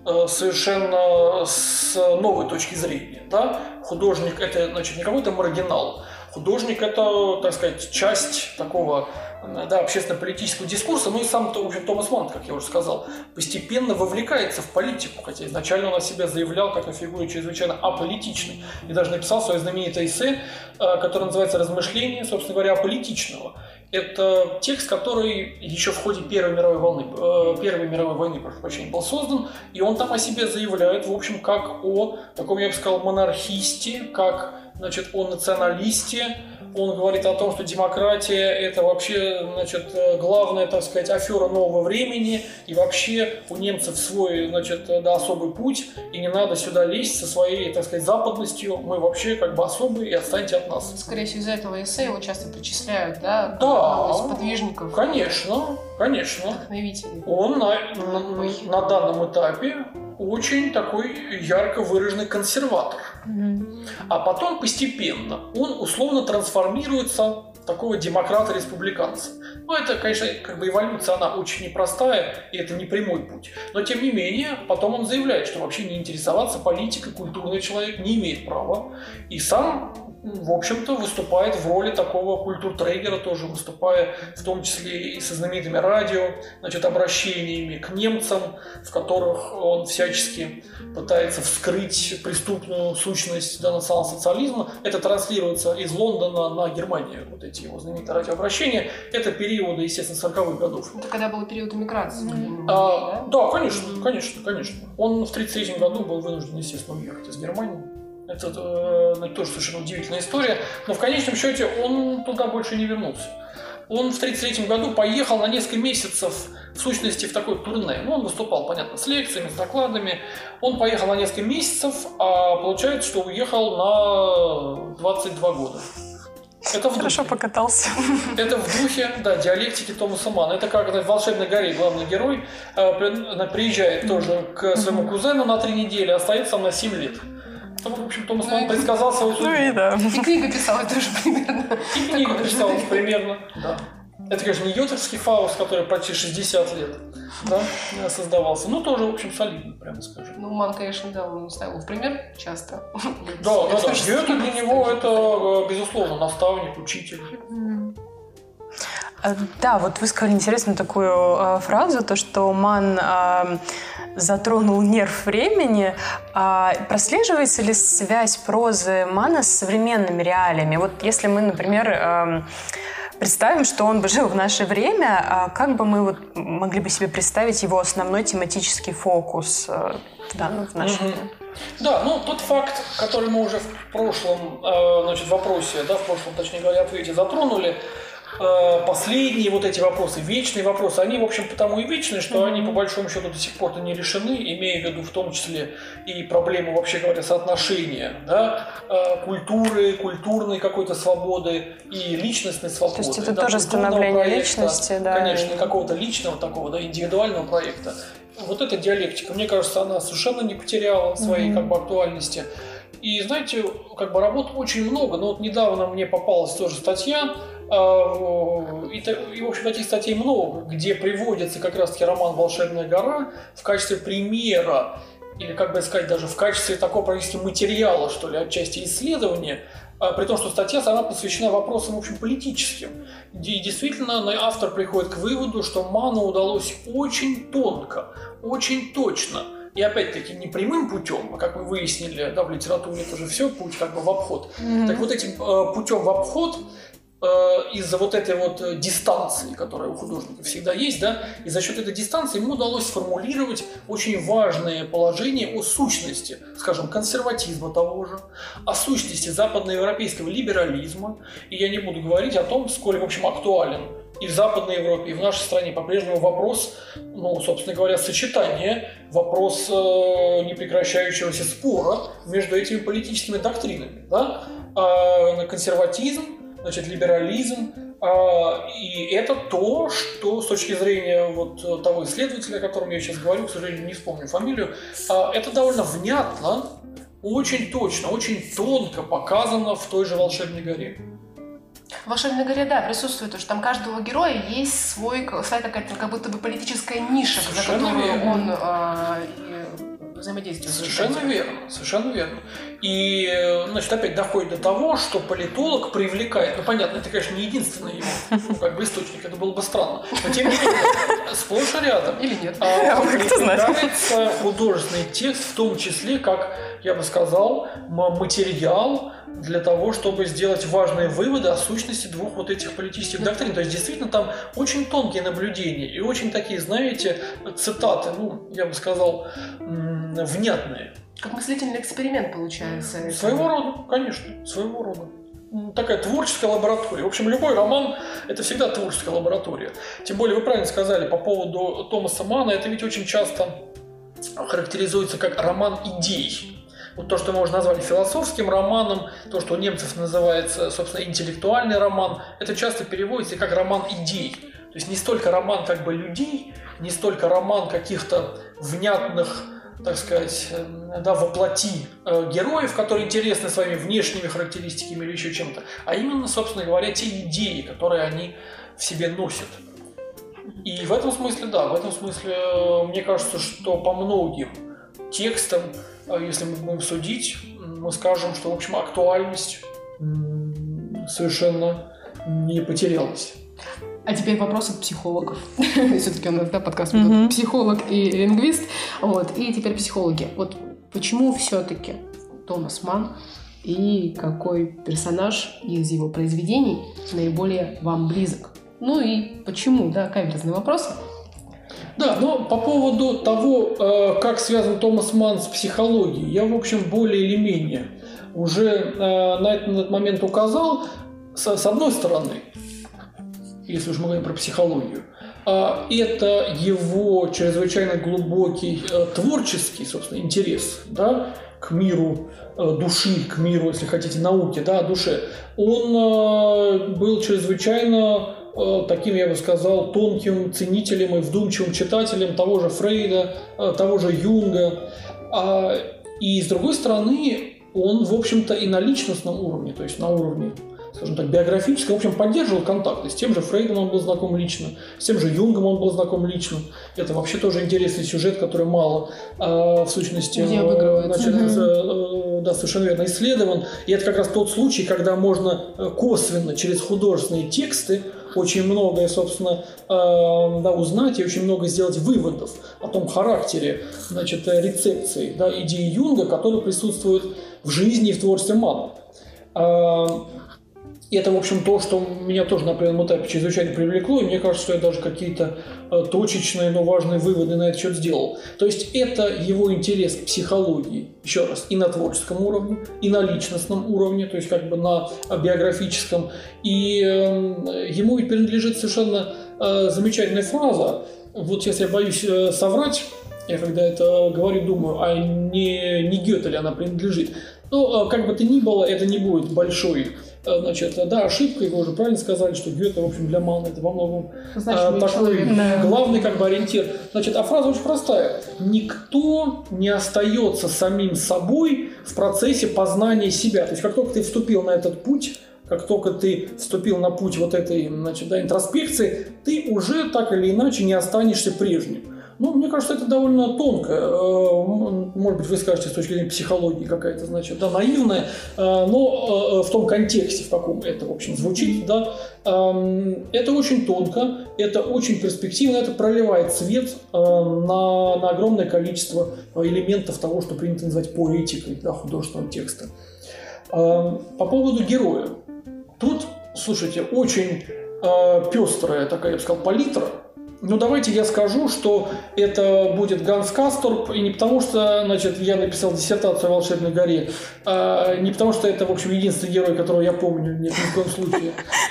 совершенно с новой точки зрения. Да? Художник – это, значит, не какой-то маргинал. Художник – это, так сказать, часть такого, да, общественно-политического дискурса. Ну и сам, в общем, Томас Манн, как я уже сказал, постепенно вовлекается в политику. Хотя изначально он о себе заявлял как о фигуре чрезвычайно аполитичной. И даже написал свое знаменитое эссе, которое называется «Размышления, собственно говоря, аполитичного». Это текст, который еще в ходе Первой мировой войны, прошу прощения, был создан, и он там о себе заявляет, в общем, как о таком, я бы сказал, монархисте, как, значит, о националисте. Он говорит о том, что демократия – это вообще, значит, главная, так сказать, афера нового времени, и вообще у немцев свой, значит, да, особый путь, и не надо сюда лезть со своей, так сказать, западностью. Мы вообще как бы особые, и отстаньте от нас. Скорее всего, из-за этого эссе его часто причисляют, да? Да, из подвижников. Конечно. Вдохновителей. Он на данном этапе очень такой ярко выраженный консерватор. А потом постепенно он условно трансформируется в такого демократа-республиканца. Ну, это, конечно, как бы эволюция, она очень непростая, и это не прямой путь. Но, тем не менее, потом он заявляет, что вообще не интересоваться политикой культурный человек не имеет права. И сам, в общем-то, выступает в роли такого культуртрегера, тоже выступая в том числе и со знаменитыми радио, значит, обращениями к немцам, в которых он всячески пытается вскрыть преступную сущность национал-социализма. Это транслируется из Лондона на Германию, вот эти его знаменитые радиообращения. Это периоды, естественно, 40-х годов. Это когда был период эмиграции. Да, конечно. Он в 1933 году был вынужден, естественно, уехать из Германии. Это тоже совершенно удивительная история. Но в конечном счете он туда больше не вернулся. Он в 1933 году поехал на несколько месяцев, в сущности, в такой турне. Ну, он выступал, понятно, с лекциями, с докладами. Он поехал на несколько месяцев, а получается, что уехал на 22 года. Это Хорошо покатался. Это в духе, да, диалектики Томаса Манна. Это как в «Волшебной горе» главный герой приезжает тоже к своему кузену на 3 недели, остается там на 7 лет. общем, Томас Манн предсказал свою судьбу. Ну и да. И книга писалась тоже примерно. И книга писалась примерно, да. Это, конечно, не Йотерский Фауст, который почти 60 лет, да, создавался. Ну, тоже, в общем, солидно, прямо скажем. Ну, Ман, конечно, да, он ставил в пример часто. Да. Гёте для него это, безусловно, наставник, учитель. Да, вот вы сказали интересную такую фразу, то, что Ман затронул нерв времени. Прослеживается ли связь прозы Мана с современными реалиями? Вот если мы, например, представим, что он бы жил в наше время, как бы мы вот могли бы себе представить его основной тематический фокус в наше время? Да, ну тот факт, который мы уже в прошлом вопросе, да, в прошлом, точнее говоря, ответе затронули, последние вот эти вопросы, вечные вопросы, они, в общем, потому и вечные, что они, по большому счету, до сих пор-то не решены, имея в виду в том числе и проблему, вообще говоря, соотношения, да, культуры, культурной какой-то свободы и личностной свободы. То есть это да, тоже становление проекта, личности, да. Конечно, какого-то личного такого, да, индивидуального проекта. Вот эта диалектика, мне кажется, она совершенно не потеряла своей как бы актуальности. И, знаете, как бы работ очень много, но вот недавно мне попалась тоже статья, и, в общем, таких статей много, где приводится как раз-таки роман «Волшебная гора» в качестве примера, или, как бы сказать, даже в качестве такого практически материала, что ли, отчасти исследования, при том, что статья сама посвящена вопросам, в общем, политическим. И действительно, автор приходит к выводу, что Ману удалось очень тонко, очень точно, и опять-таки не прямым путем, а как мы выяснили, да, в литературе это же все путь как бы в обход. Так вот этим путем в обход из-за вот этой вот дистанции, которая у художника всегда есть, да, и за счет этой дистанции ему удалось сформулировать очень важные положения о сущности, скажем, консерватизма того же, о сущности западноевропейского либерализма. И я не буду говорить о том, сколь, в общем, актуален и в Западной Европе, и в нашей стране по-прежнему вопрос, ну, собственно говоря, сочетания, вопрос непрекращающегося спора между этими политическими доктринами, да, консерватизм, значит, либерализм, и это то, что с точки зрения вот того исследователя, о котором я сейчас говорю, к сожалению, не вспомню фамилию, это довольно внятно, очень точно, очень тонко показано в той же «Волшебной горе». В «Волшебной горе», да, присутствует, потому что там каждого героя есть своя какая-то как будто бы политическая ниша, за которую он взаимодействует. Совершенно верно. И, значит, опять доходит до того, что политолог привлекает, ну, понятно, это, конечно, не единственный его, как бы источник, это было бы странно, но тем не менее, сплошь и рядом. Или нет. Привлекается художественный текст, в том числе, как я бы сказал, материал для того, чтобы сделать важные выводы о сущности двух вот этих политических доктрин. То есть, действительно, там очень тонкие наблюдения и очень такие, знаете, цитаты, ну, я бы сказал, внятные. Как мыслительный эксперимент получается. Своего рода, конечно, своего рода. Такая творческая лаборатория. В общем, любой роман – это всегда творческая лаборатория. Тем более, вы правильно сказали по поводу Томаса Манна, это ведь очень часто характеризуется как роман идей. Вот то, что мы уже назвали философским романом, то, что у немцев называется, собственно, интеллектуальный роман, это часто переводится как роман идей. То есть не столько роман как бы людей, не столько роман каких-то внятных, так сказать, да, воплоти героев, которые интересны своими внешними характеристиками или еще чем-то, а именно, собственно говоря, те идеи, которые они в себе носят. И в этом смысле, да, в этом смысле, мне кажется, что по многим текстам, если мы будем судить, мы скажем, что, в общем, актуальность совершенно не потерялась. А теперь вопрос от психологов. Все-таки у нас, да, подкаст психолог и лингвист. Вот. И теперь психологи. Вот почему все-таки Томас Манн и какой персонаж из его произведений наиболее вам близок? Ну и почему, да, каверзные вопросы. Да, но по поводу того, как связан Томас Манн с психологией, я, в общем, более или менее уже на этот момент указал. С одной стороны, если уж мы говорим про психологию, это его чрезвычайно глубокий творческий, собственно, интерес, да, к миру души, к миру, если хотите, науки, да, душе. Он был чрезвычайно таким, я бы сказал, тонким ценителем и вдумчивым читателем того же Фрейда, того же Юнга. И, с другой стороны, он, в общем-то, и на личностном уровне, то есть на уровне, скажем так, биографическом, в общем, поддерживал контакты. С тем же Фрейдом он был знаком лично, с тем же Юнгом он был знаком лично. Это вообще тоже интересный сюжет, который мало, в сущности, да, совершенно верно, исследован. И это как раз тот случай, когда можно косвенно, через художественные тексты, очень многое, собственно, узнать и очень много сделать выводов о том характере, рецепции, идеи Юнга, которые присутствуют в жизни и в творчестве Манна. И это, в общем, то, что меня тоже на определенном этапе через изучение привлекло, и мне кажется, что я даже какие-то точечные, но важные выводы на этот счет сделал. То есть это его интерес к психологии, еще раз, и на творческом уровне, и на личностном уровне, то есть как бы на биографическом. И ему ведь принадлежит совершенно замечательная фраза. Вот сейчас я боюсь соврать, я когда это говорю, думаю, а не Гёте ли она принадлежит. Но как бы то ни было, это не будет большой ошибкой. Вы уже правильно сказали, что Гёте, в общем, для Манна это во многом такой главный как бы ориентир. А фраза очень простая. Никто не остается самим собой в процессе познания себя. То есть как только ты вступил на этот путь, как только ты вступил на путь вот этой интроспекции, ты уже так или иначе не останешься прежним. Мне кажется, это довольно тонко. Может быть, вы скажете, с точки зрения психологии какая-то, наивная, но в том контексте, в каком это, в общем, звучит, это очень тонко, это очень перспективно, это проливает свет на огромное количество элементов того, что принято называть поэтикой, художественного текста. По поводу героя. Тут, слушайте, очень пестрая такая, я бы сказал, палитра. Давайте я скажу, что это будет Ганс Касторп, и не потому, что, я написал диссертацию о «Волшебной горе», не потому, что это, в общем, единственный герой, которого я помню, нет, ни в коем случае.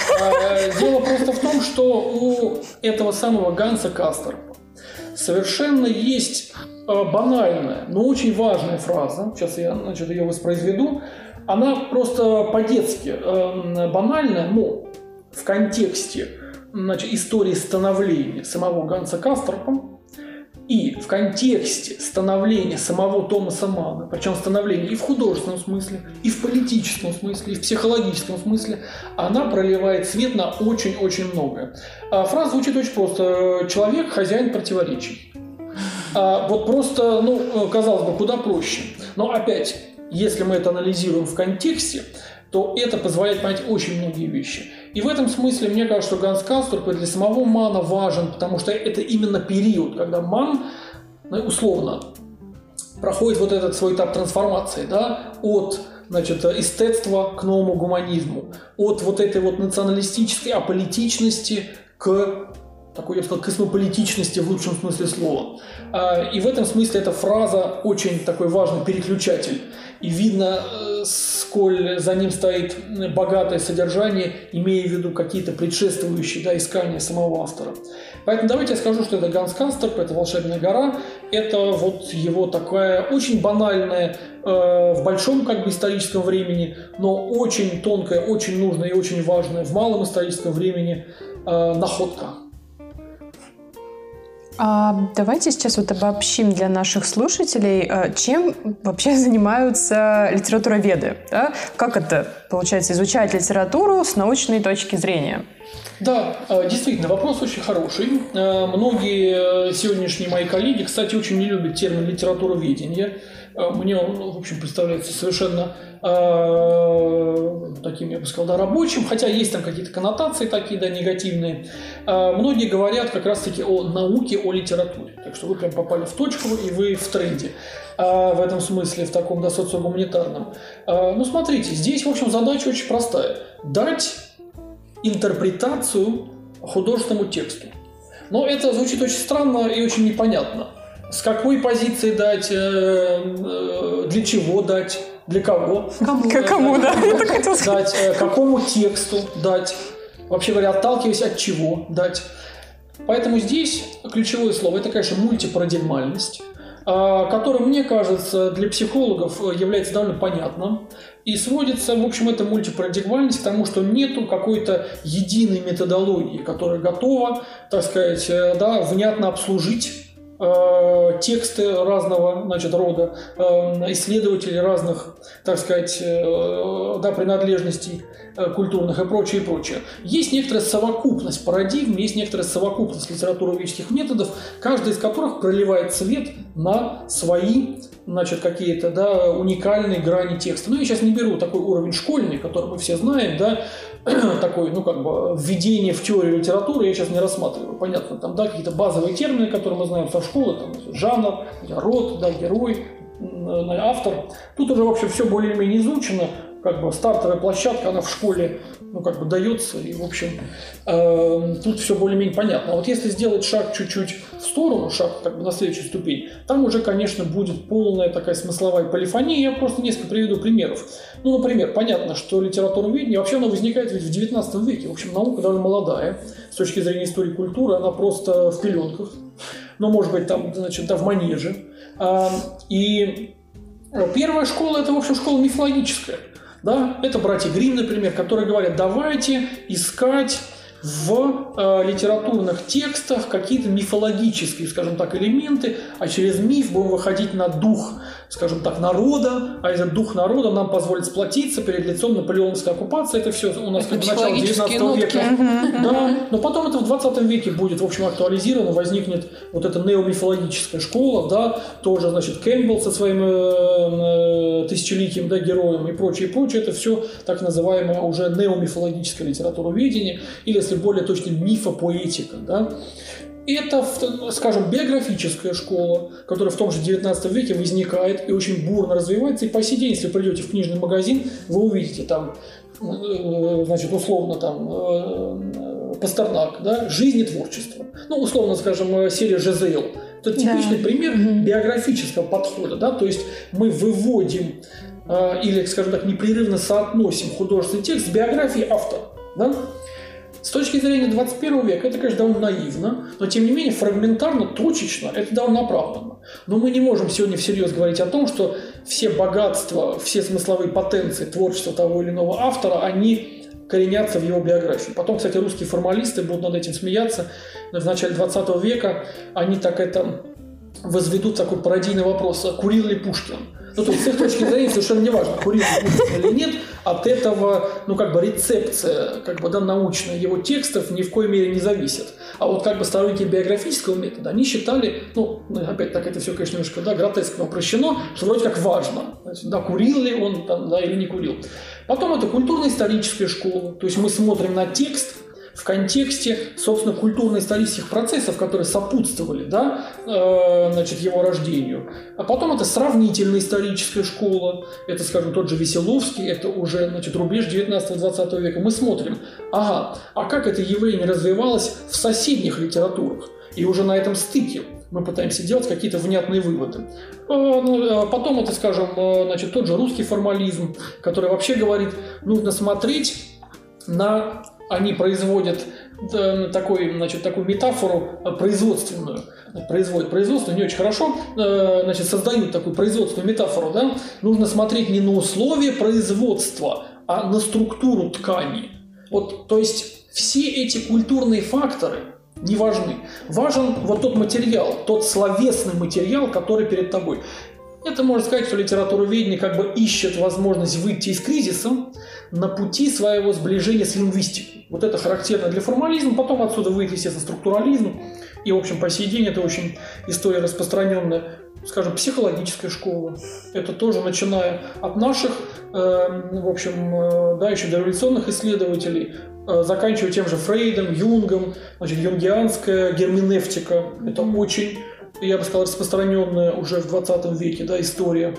Дело просто в том, что у этого самого Ганса Касторпа совершенно есть банальная, но очень важная фраза, сейчас я, ее воспроизведу, она просто по-детски банальная, но в контексте истории становления самого Ганса Касторпа и в контексте становления самого Томаса Манна, причем становления и в художественном смысле, и в политическом смысле, и в психологическом смысле, она проливает свет на очень-очень многое. Фраза звучит очень просто. Человек – хозяин противоречий. Вот просто, казалось бы, куда проще. Но опять, если мы это анализируем в контексте, то это позволяет понять очень многие вещи. И в этом смысле, мне кажется, что Ганс Касторп для самого Манна важен, потому что это именно период, когда Манн, условно, проходит вот этот свой этап трансформации, от эстетства к новому гуманизму, от вот этой вот националистической аполитичности к такой, я бы сказал, космополитичности в лучшем смысле слова. И в этом смысле эта фраза очень такой важный переключатель. И видно, сколь за ним стоит богатое содержание, имея в виду какие-то предшествующие искания самого автора. Поэтому давайте я скажу, что это Ганс Касторп, это «Волшебная гора», это вот его такая очень банальная, в большом историческом времени, но очень тонкая, очень нужная и очень важная в малом историческом времени находка. Давайте сейчас обобщим для наших слушателей, чем вообще занимаются литературоведы. Да? Как это, получается, изучать литературу с научной точки зрения? Да, действительно, вопрос очень хороший. Многие сегодняшние мои коллеги, кстати, очень не любят термин «литературоведение». Мне он, в общем, представляется совершенно таким, я бы сказал, рабочим, хотя есть там какие-то коннотации такие, негативные. Многие говорят как раз-таки о науке, о литературе. Так что вы прям попали в точку, и вы в тренде в этом смысле, в таком социогуманитарном. Смотрите, здесь, в общем, задача очень простая. Дать интерпретацию художественному тексту. Но это звучит очень странно и очень непонятно. С какой позиции дать, для чего дать, для кого? Кому, да? Дать, какому тексту дать, вообще говоря, отталкиваясь от чего дать. Поэтому здесь ключевое слово – это, конечно, мультипарадигмальность, которая, мне кажется, для психологов является довольно понятным. И сводится, в общем, эта мультипарадигмальность к тому, что нету какой-то единой методологии, которая готова, так сказать, внятно обслужить тексты разного, значит, рода, исследователей разных, так сказать, да, принадлежностей культурных и прочее, и прочее. Есть некоторая совокупность парадигм, есть некоторая совокупность литературоведческих методов, каждый из которых проливает свет на свои, значит, какие-то, да, уникальные грани текста. Ну, я сейчас не беру такой уровень школьный, который мы все знаем, да, такой, ну, как бы, введение в теорию литературы я сейчас не рассматриваю. Понятно, там, да, какие-то базовые термины, которые мы знаем со школы, там, жанр, род, да, герой, автор. Тут уже, в общем, все более-менее изучено. Как бы стартовая площадка, она в школе, ну, как бы дается, и, в общем, тут все более-менее понятно. А вот если сделать шаг чуть-чуть в сторону, шаг как бы на следующую ступень, там уже, конечно, будет полная такая смысловая полифония. Я просто несколько приведу примеров. Ну, например, понятно, что литературоведение, вообще оно возникает ведь в 19 веке. В общем, наука довольно молодая. С точки зрения истории и культуры, она просто в пеленках. Ну, может быть, там, значит, да, в манеже. И первая школа – это, в общем, школа мифологическая. Да, это братья Гримм, например, которые говорят, давайте искать в литературных текстах какие-то мифологические, скажем так, элементы, а через миф будем выходить на дух, скажем так, народа, а этот дух народа нам позволит сплотиться перед лицом наполеоновской оккупации. Это все у нас как бы начало 19 века. Да, но потом это в 20 веке будет, в общем, актуализировано, возникнет вот эта неомифологическая школа, да, тоже, значит, Кэмпбелл со своим тысячеликим, да, героем и прочее, прочее. Это все так называемое уже неомифологическое литературоведение, или, если более точно, мифопоэтика, да. Это, скажем, биографическая школа, которая в том же 19 веке возникает и очень бурно развивается. И по сей день, если придете в книжный магазин, вы увидите там, значит, условно, там, Пастернак, да, «Жизнь и творчество». Ну, условно, скажем, серия ЖЗЛ. Это типичный пример биографического подхода, да, то есть мы выводим или, скажем так, непрерывно соотносим художественный текст с биографией автора, да. С точки зрения 21 века это, конечно, довольно наивно, но, тем не менее, фрагментарно, точечно это довольно оправданно. Но мы не можем сегодня всерьез говорить о том, что все богатства, все смысловые потенции творчества того или иного автора, они коренятся в его биографии. Потом, кстати, русские формалисты будут над этим смеяться. В начале 20 века они так это возведут такой пародийный вопрос: курил ли Пушкин? Ну, то есть, с их точки зрения, совершенно не важно, курил ли Пушкин или нет, от этого, ну, как бы, рецепция, как бы, да, научная его текстов ни в коей мере не зависит. А вот, как бы, сторонники биографического метода, они считали, ну, опять так это все, конечно, немножко, да, гротескно упрощено, что вроде как важно, значит, да, курил ли он там, да, или не курил. Потом это культурно-историческая школа, то есть мы смотрим на текст в контексте, собственно, культурно-исторических процессов, которые сопутствовали, да, значит, его рождению. А потом это сравнительная историческая школа, это, скажем, тот же Веселовский, это уже, значит, рубеж 19-20 века. Мы смотрим, ага, а как это явление развивалось в соседних литературах? И уже на этом стыке мы пытаемся делать какие-то внятные выводы. Потом это, скажем, значит, тот же русский формализм, который вообще говорит, нужно смотреть на... Они производят такую метафору производственную. Производят производство не очень хорошо, значит, создают такую производственную метафору. Да? Нужно смотреть не на условия производства, а на структуру ткани. Вот, то есть все эти культурные факторы не важны. Важен вот тот материал, тот словесный материал, который перед тобой. Это можно сказать, что литературоведение как бы ищет возможность выйти из кризиса на пути своего сближения с лингвистикой. Вот это характерно для формализма, потом отсюда выйти, естественно, структурализм. И, в общем, по сей день это очень история распространенная, скажем, психологическая школа. Это тоже начиная от наших, в общем, да, еще дореволюционных исследователей, заканчивая тем же Фрейдом, Юнгом, значит, юнгианская герменевтика. Это очень, я бы сказал, распространенная уже в 20 веке, да, история.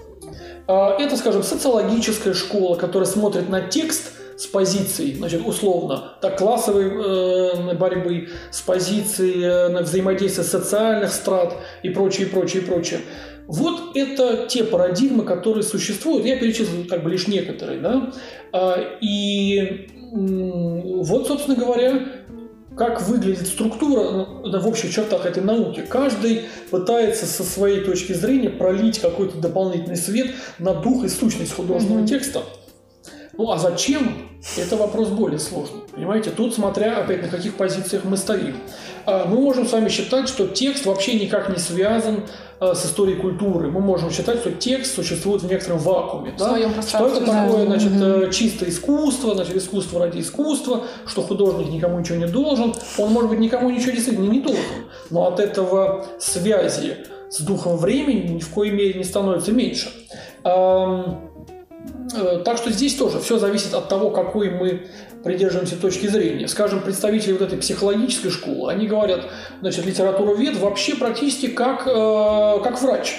Это, скажем, социологическая школа, которая смотрит на текст с позиции, значит, условно, так, классовой борьбы, с позиции взаимодействия социальных страт и прочее, прочее, прочее. Вот это те парадигмы, которые существуют. Я перечислил как бы лишь некоторые, да. И вот, собственно говоря, как выглядит структура в общих чертах этой науки. Каждый пытается со своей точки зрения пролить какой-то дополнительный свет на дух и сущность художественного текста. Ну а зачем? Это вопрос более сложный. Понимаете, тут смотря опять на каких позициях мы стоим. Мы можем с вами считать, что текст вообще никак не связан с историей культуры. Мы можем считать, что текст существует в некотором вакууме. Да? Что это такое, значит, чистое искусство, значит, искусство ради искусства, что художник никому ничего не должен. Он, может быть, никому ничего действительно не должен, но от этого связи с духом времени ни в коей мере не становится меньше. Так что здесь тоже все зависит от того, какой мы придерживаемся точки зрения. Скажем, представители вот этой психологической школы, они говорят, значит, литературовед вообще практически как врач.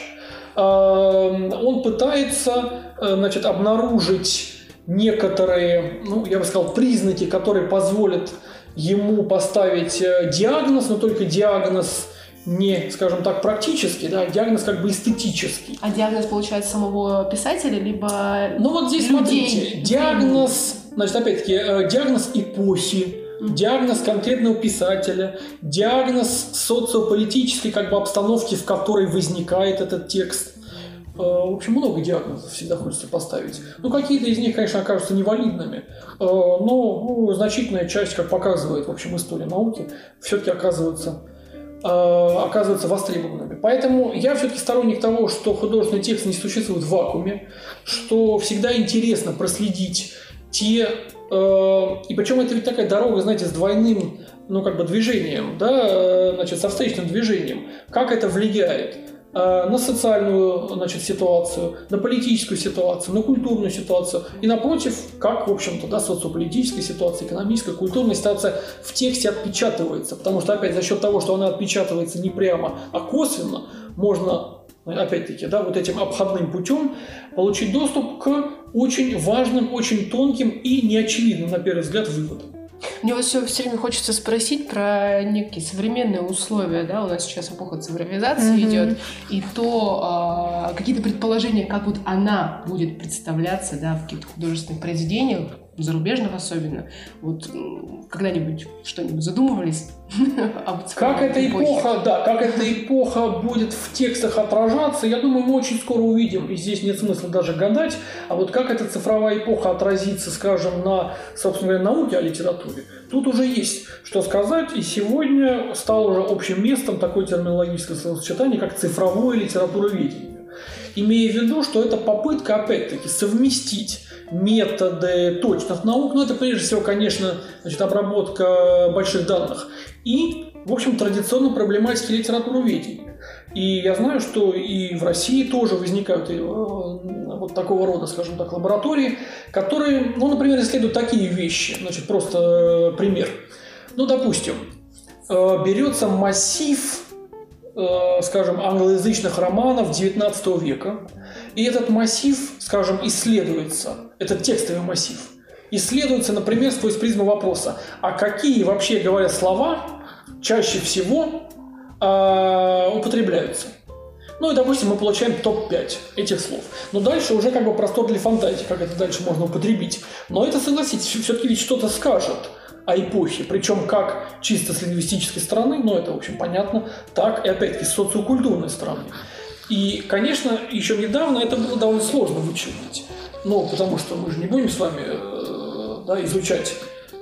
Он пытается, значит, обнаружить некоторые, я бы сказал, признаки, которые позволят ему поставить диагноз, но только диагноз не, скажем так, практический, да, диагноз как бы эстетический. А диагноз получается самого писателя, либо вот здесь, людей? Смотрите, диагноз, значит, опять-таки, диагноз эпохи, диагноз конкретного писателя, диагноз социополитической как бы обстановки, в которой возникает этот текст. В общем, много диагнозов всегда хочется поставить. Какие-то из них, конечно, окажутся невалидными, но значительная часть, как показывает, в общем, история науки, все-таки оказываются востребованными. Поэтому я все-таки сторонник того, что художественный текст не существует в вакууме, что всегда интересно проследить те... И причем это ведь такая дорога, знаете, с двойным движением, да, значит, со встречным движением. Как это влияет на социальную, значит, ситуацию, на политическую ситуацию, на культурную ситуацию. И напротив, как, в общем-то, да, социополитическая ситуация, экономическая, культурная ситуация в тексте отпечатывается. Потому что, опять, за счет того, что она отпечатывается не прямо, а косвенно, можно, опять-таки, да, вот этим обходным путем получить доступ к очень важным, очень тонким и неочевидным, на первый взгляд, выводам. Мне вот все время хочется спросить про некие современные условия, да, у нас сейчас эпоха цифровизации идет, и то какие-то предположения, как вот она будет представляться, да, в каких-то художественных произведениях, зарубежных особенно. Вот когда-нибудь что-нибудь задумывались об как эта эпоха, да, как эта эпоха будет в текстах отражаться, я думаю, мы очень скоро увидим, и здесь нет смысла даже гадать, а вот как эта цифровая эпоха отразится, скажем, на, собственно говоря, науке о литературе, тут уже есть что сказать, и сегодня стало уже общим местом такое терминологическое словосочетание, как цифровое литературоведение. Имея в виду, что это попытка, опять-таки, совместить методы точных наук, это прежде всего, конечно, значит, обработка больших данных, и, в общем, традиционно проблематики литературоведения. И я знаю, что и в России тоже возникают вот такого рода, скажем так, лаборатории, которые, например, исследуют такие вещи. Значит, просто пример. Допустим, берется массив, скажем, англоязычных романов XIX века, и этот массив, скажем, исследуется, этот текстовый массив, исследуется, например, сквозь призму вопроса, а какие, вообще говоря, слова чаще всего употребляются. И, допустим, мы получаем топ-5 этих слов. Но дальше уже как бы простор для фантазии, как это дальше можно употребить. Но это, согласитесь, все-таки ведь что-то скажет о эпохе, причем как чисто с лингвистической стороны, это, в общем, понятно, так и, опять-таки, с социокультурной стороны. И, конечно, еще недавно это было довольно сложно вычленить. Потому что мы же не будем с вами изучать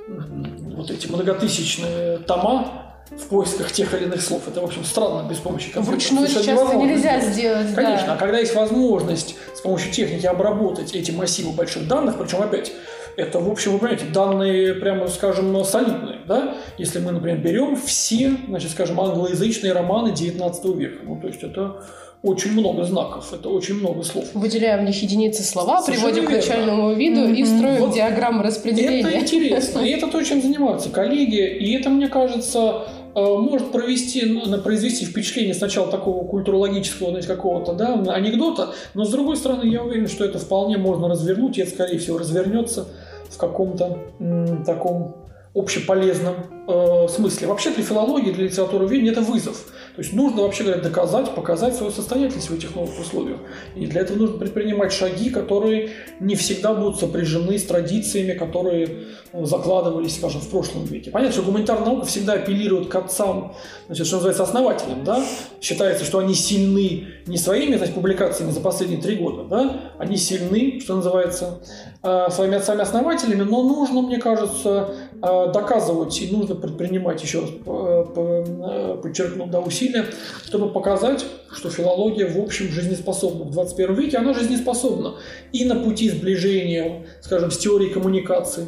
вот эти многотысячные тома в поисках тех или иных слов. Это, в общем, странно без помощи компьютера. Вручную сейчас это нельзя сделать. Конечно, да. А когда есть возможность с помощью техники обработать эти массивы больших данных, причем опять, это, в общем, вы понимаете, данные, прямо скажем, солидные, да? Если мы, например, берем все, значит, скажем, англоязычные романы XIX века, то есть это очень много знаков, это очень много слов. Выделяем в них единицы слова, приводим к начальному виду и строим диаграммы распределения. Это интересно, и это то, чем занимаются коллеги, и это, мне кажется, может произвести впечатление сначала такого культурологического, какого-то, да, анекдота, но, с другой стороны, я уверен, что это вполне можно развернуть, и это, скорее всего, развернется в каком-то таком общеполезном смысле. Вообще для филологии, для литературоведения это вызов. То есть нужно, вообще говоря, показать свою состоятельность в этих новых условиях. И для этого нужно предпринимать шаги, которые не всегда будут сопряжены с традициями, которые закладывались, скажем, в прошлом веке. Понятно, что гуманитарная наука всегда апеллирует к отцам, значит, что называется, основателям. Да? Считается, что они сильны не своими, значит, публикациями за последние 3 года, да? Они сильны, что называется, своими отцами-основателями, но нужно, мне кажется, доказывать, и нужно нужно предпринимать, еще раз подчеркну, усилия, чтобы показать, что филология в общем жизнеспособна. В 21 веке она жизнеспособна и на пути сближения, скажем, с теорией коммуникации,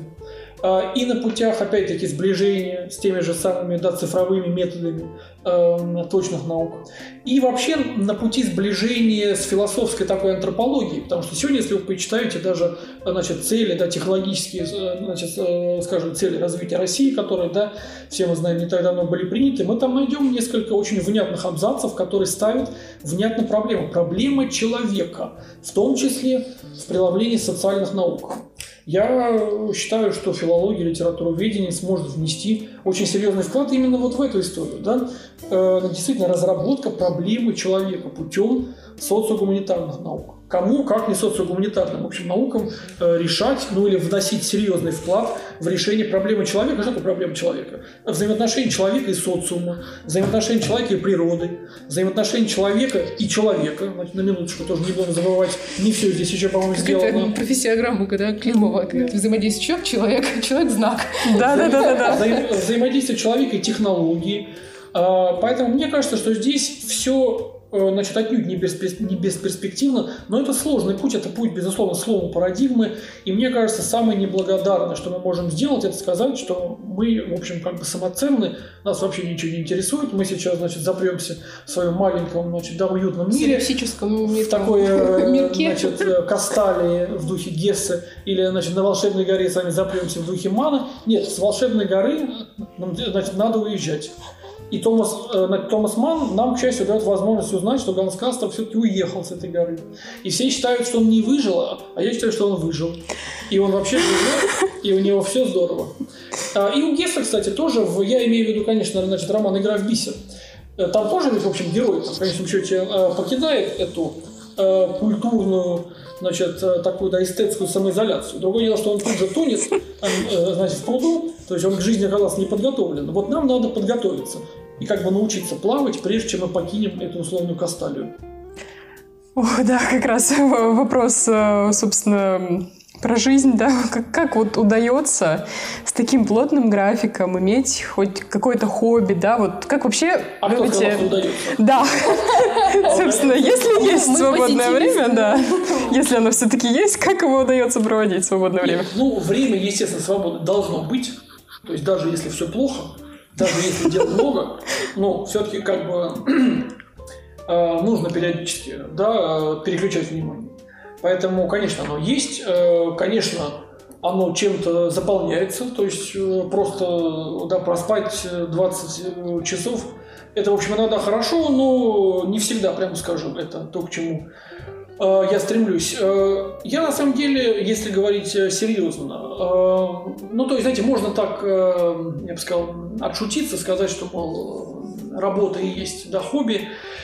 и на путях, опять-таки, сближения с теми же самыми цифровыми методами точных наук. И вообще на пути сближения с философской такой антропологией. Потому что сегодня, если вы почитаете даже цели, технологические, скажем, цели развития России, которые, все мы знаем, не так давно были приняты, мы там найдем несколько очень внятных абзацев, которые ставят внятно проблему. Проблема человека, в том числе в преломлении социальных наук. Я считаю, что филология, литературоведение сможет внести очень серьезный вклад именно вот в эту историю. Действительно, разработка проблемы человека путем социогуманитарных наук. Кому, как не социогуманитарным, в общем, наукам решать, или вносить серьезный вклад в решение проблемы человека. Что такое проблема человека? Взаимоотношения человека и социума, взаимоотношения человека и природы, взаимоотношения человека и человека. На минуточку тоже не будем забывать, не все здесь еще, по-моему, сделано. Это профессиограмма, когда Климова, взаимодействие человек-знак. Да. Взаимодействие человека и технологии. Поэтому мне кажется, что здесь все отнюдь не бесперспективно, но это сложный путь, это путь, безусловно, слома парадигмы, и мне кажется, самое неблагодарное, что мы можем сделать, это сказать, что мы, в общем, самоценны, нас вообще ничего не интересует, мы сейчас, запремся в своем маленьком, уютном мире, в такой мирке, Касталии в духе Гессе, или, на волшебной горе сами запремся в духе Мана. Нет, с волшебной горы, надо уезжать. И Томас Манн нам, к счастью, дает возможность узнать, что Ганс Кастер все-таки уехал с этой горы. И все считают, что он не выжил, а я считаю, что он выжил. И он вообще выжил, и у него все здорово. И у Гесса, кстати, тоже, я имею в виду, конечно, роман «Игра в бисер». Там тоже, в общем, герой, в конечном счете, покидает эту культурную, такую эстетскую самоизоляцию. Другое дело, что он тут же тонет, в пруду, то есть он к жизни оказался не подготовлен. Вот нам надо подготовиться и научиться плавать, прежде чем мы покинем эту условную Касталию. Как раз вопрос, собственно, про жизнь, как удается с таким плотным графиком иметь хоть какое-то хобби, как вообще... А кто сказал, что удается? Да, собственно, если есть свободное время, если оно все-таки есть, как его удается проводить в свободное время? Время, естественно, свободное должно быть, то есть даже если все плохо, даже если дел много, но все-таки нужно периодически переключать внимание. Поэтому, конечно, оно есть, конечно, оно чем-то заполняется, то есть просто проспать 20 часов, это, в общем, иногда хорошо, но не всегда, прямо скажем, это то, к чему я стремлюсь. Я, на самом деле, если говорить серьезно, то есть, знаете, можно так, я бы сказал, отшутиться, сказать, что, мол, работа и есть хобби.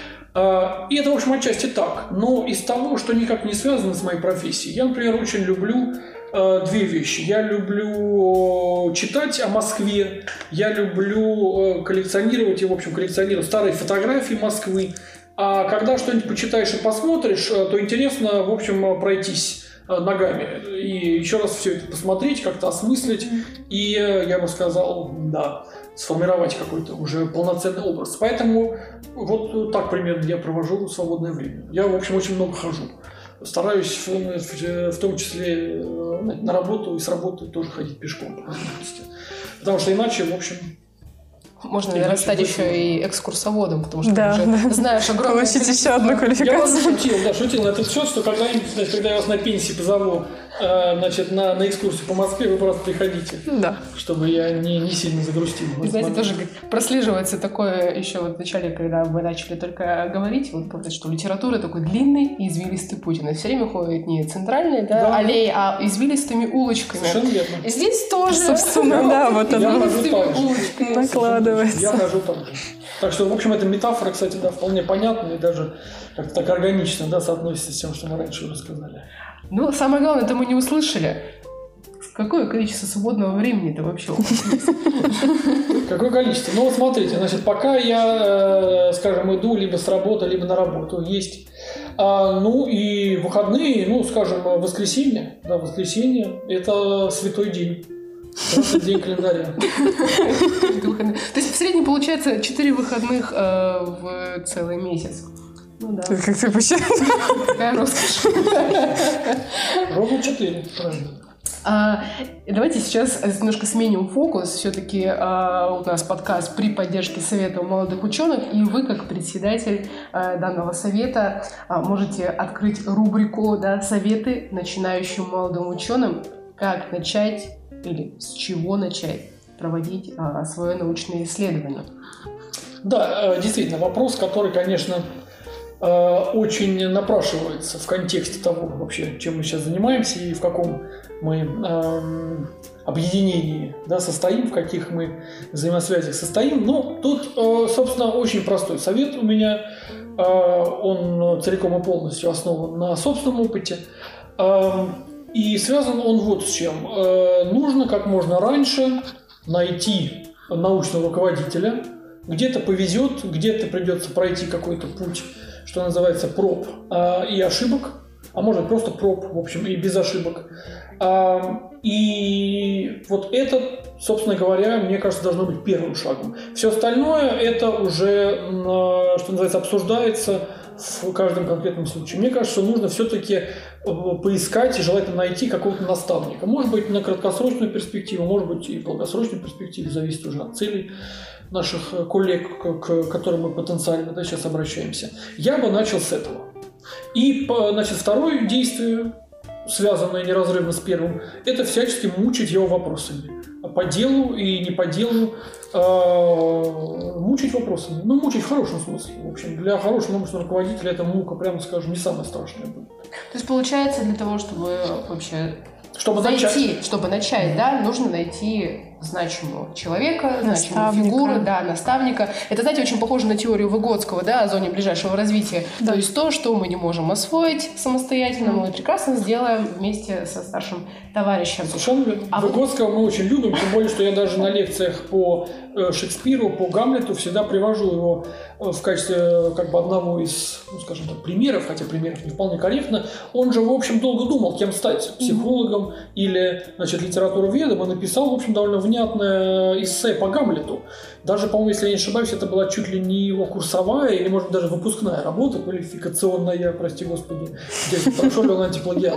И это, в общем, отчасти так. Но из того, что никак не связано с моей профессией, я, например, очень люблю две вещи. Я люблю читать о Москве, я люблю коллекционировать, коллекционирую старые фотографии Москвы. А когда что-нибудь почитаешь и посмотришь, то интересно, в общем, пройтись ногами и еще раз все это посмотреть, как-то осмыслить и, я бы сказал, сформировать какой-то уже полноценный образ. Поэтому вот так примерно я провожу свободное время. Я, в общем, очень много хожу. Стараюсь в том числе на работу и с работы тоже ходить пешком по возможности. Потому что иначе, в общем... Можно, наверное, стать еще и экскурсоводом, потому что ты уже знаешь огромное количество... Получить еще одну квалификацию. Я шутил на этот счет, что когда я вас на пенсии позову на экскурсию по Москве, вы просто приходите, чтобы я не сильно загрустил. Знаете, тоже прослеживается такое еще в начале, когда мы начали только говорить, что литература такой длинный и извилистый путь. Она все время ходит не центральной аллеей, а извилистыми улочками. Совершенно верно. И здесь тоже. Собственно, вот оно накладывается. Я хожу так же. Так что, в общем, эта метафора, кстати, вполне понятна и даже как-то так органично соотносится с тем, что мы раньше уже сказали. Самое главное, это мы не услышали. Какое количество свободного времени-то вообще у вас есть? Какое количество? Смотрите, пока я, скажем, иду либо с работы, либо на работу, есть. И выходные, скажем, воскресенье. Воскресенье – это святой день. Каждый день календаря. То есть в среднем получается 4 выходных в целый месяц. Ну да. Как ты посчитал? Какая роскошь. Ровно 4, правильно. Давайте сейчас немножко сменим фокус. Все-таки у нас подкаст при поддержке Совета молодых ученых, и вы, как председатель данного совета, можете открыть рубрику, да, «Советы начинающим молодым ученым». Как начать или с чего начать проводить свое научное исследование? Да, действительно, вопрос, который, конечно, очень напрашивается в контексте того, вообще, чем мы сейчас занимаемся и в каком мы объединении, да, состоим, в каких мы взаимосвязях состоим. Но тут, собственно, очень простой совет у меня. Он целиком и полностью основан на собственном опыте. И связан он вот с чем. Нужно как можно раньше найти научного руководителя. Где-то повезет, где-то придется пройти какой-то путь, что называется, проб и ошибок, а может просто проб, в общем, и без ошибок. И вот это, собственно говоря, мне кажется, должно быть первым шагом. Все остальное это уже, что называется, обсуждается в каждом конкретном случае. Мне кажется, что нужно все-таки поискать и желательно найти какого-то наставника. Может быть, на краткосрочную перспективу, может быть, и в долгосрочную перспективу, зависит уже от целей наших коллег, к которым мы потенциально сейчас обращаемся. Я бы начал с этого. И, значит, второе действие, связанное неразрывно с первым, это всячески мучить его вопросами. По делу и не по делу. Мучить вопросами. Ну, мучить в хорошем смысле. В общем, для хорошего научного руководителя эта мука, прямо скажем, не самая страшная будет. То есть, получается, для того, чтобы вообще чтобы начать, да, нужно найти значимого человека, значимую фигуру, да, наставника. Это, знаете, очень похоже на теорию Выгодского, да, о зоне ближайшего развития. Да. То есть то, что мы не можем освоить самостоятельно, мы прекрасно сделаем вместе со старшим товарищем. Совершенно верно. Выгодского мы очень любим, тем более, что я даже на лекциях по Шекспиру, по Гамлету всегда привожу его в качестве как бы одного из, ну, скажем так, примеров, хотя примеров не вполне корректно. Он же, в общем, долго думал, кем стать, психологом или, значит, литературоведом, и написал, в общем, довольно внятное эссе по Гамлету. Даже, по-моему, если я не ошибаюсь, это была чуть ли не его курсовая или, может, даже выпускная работа, квалификационная, прости господи, прошел ли он антиплагиат.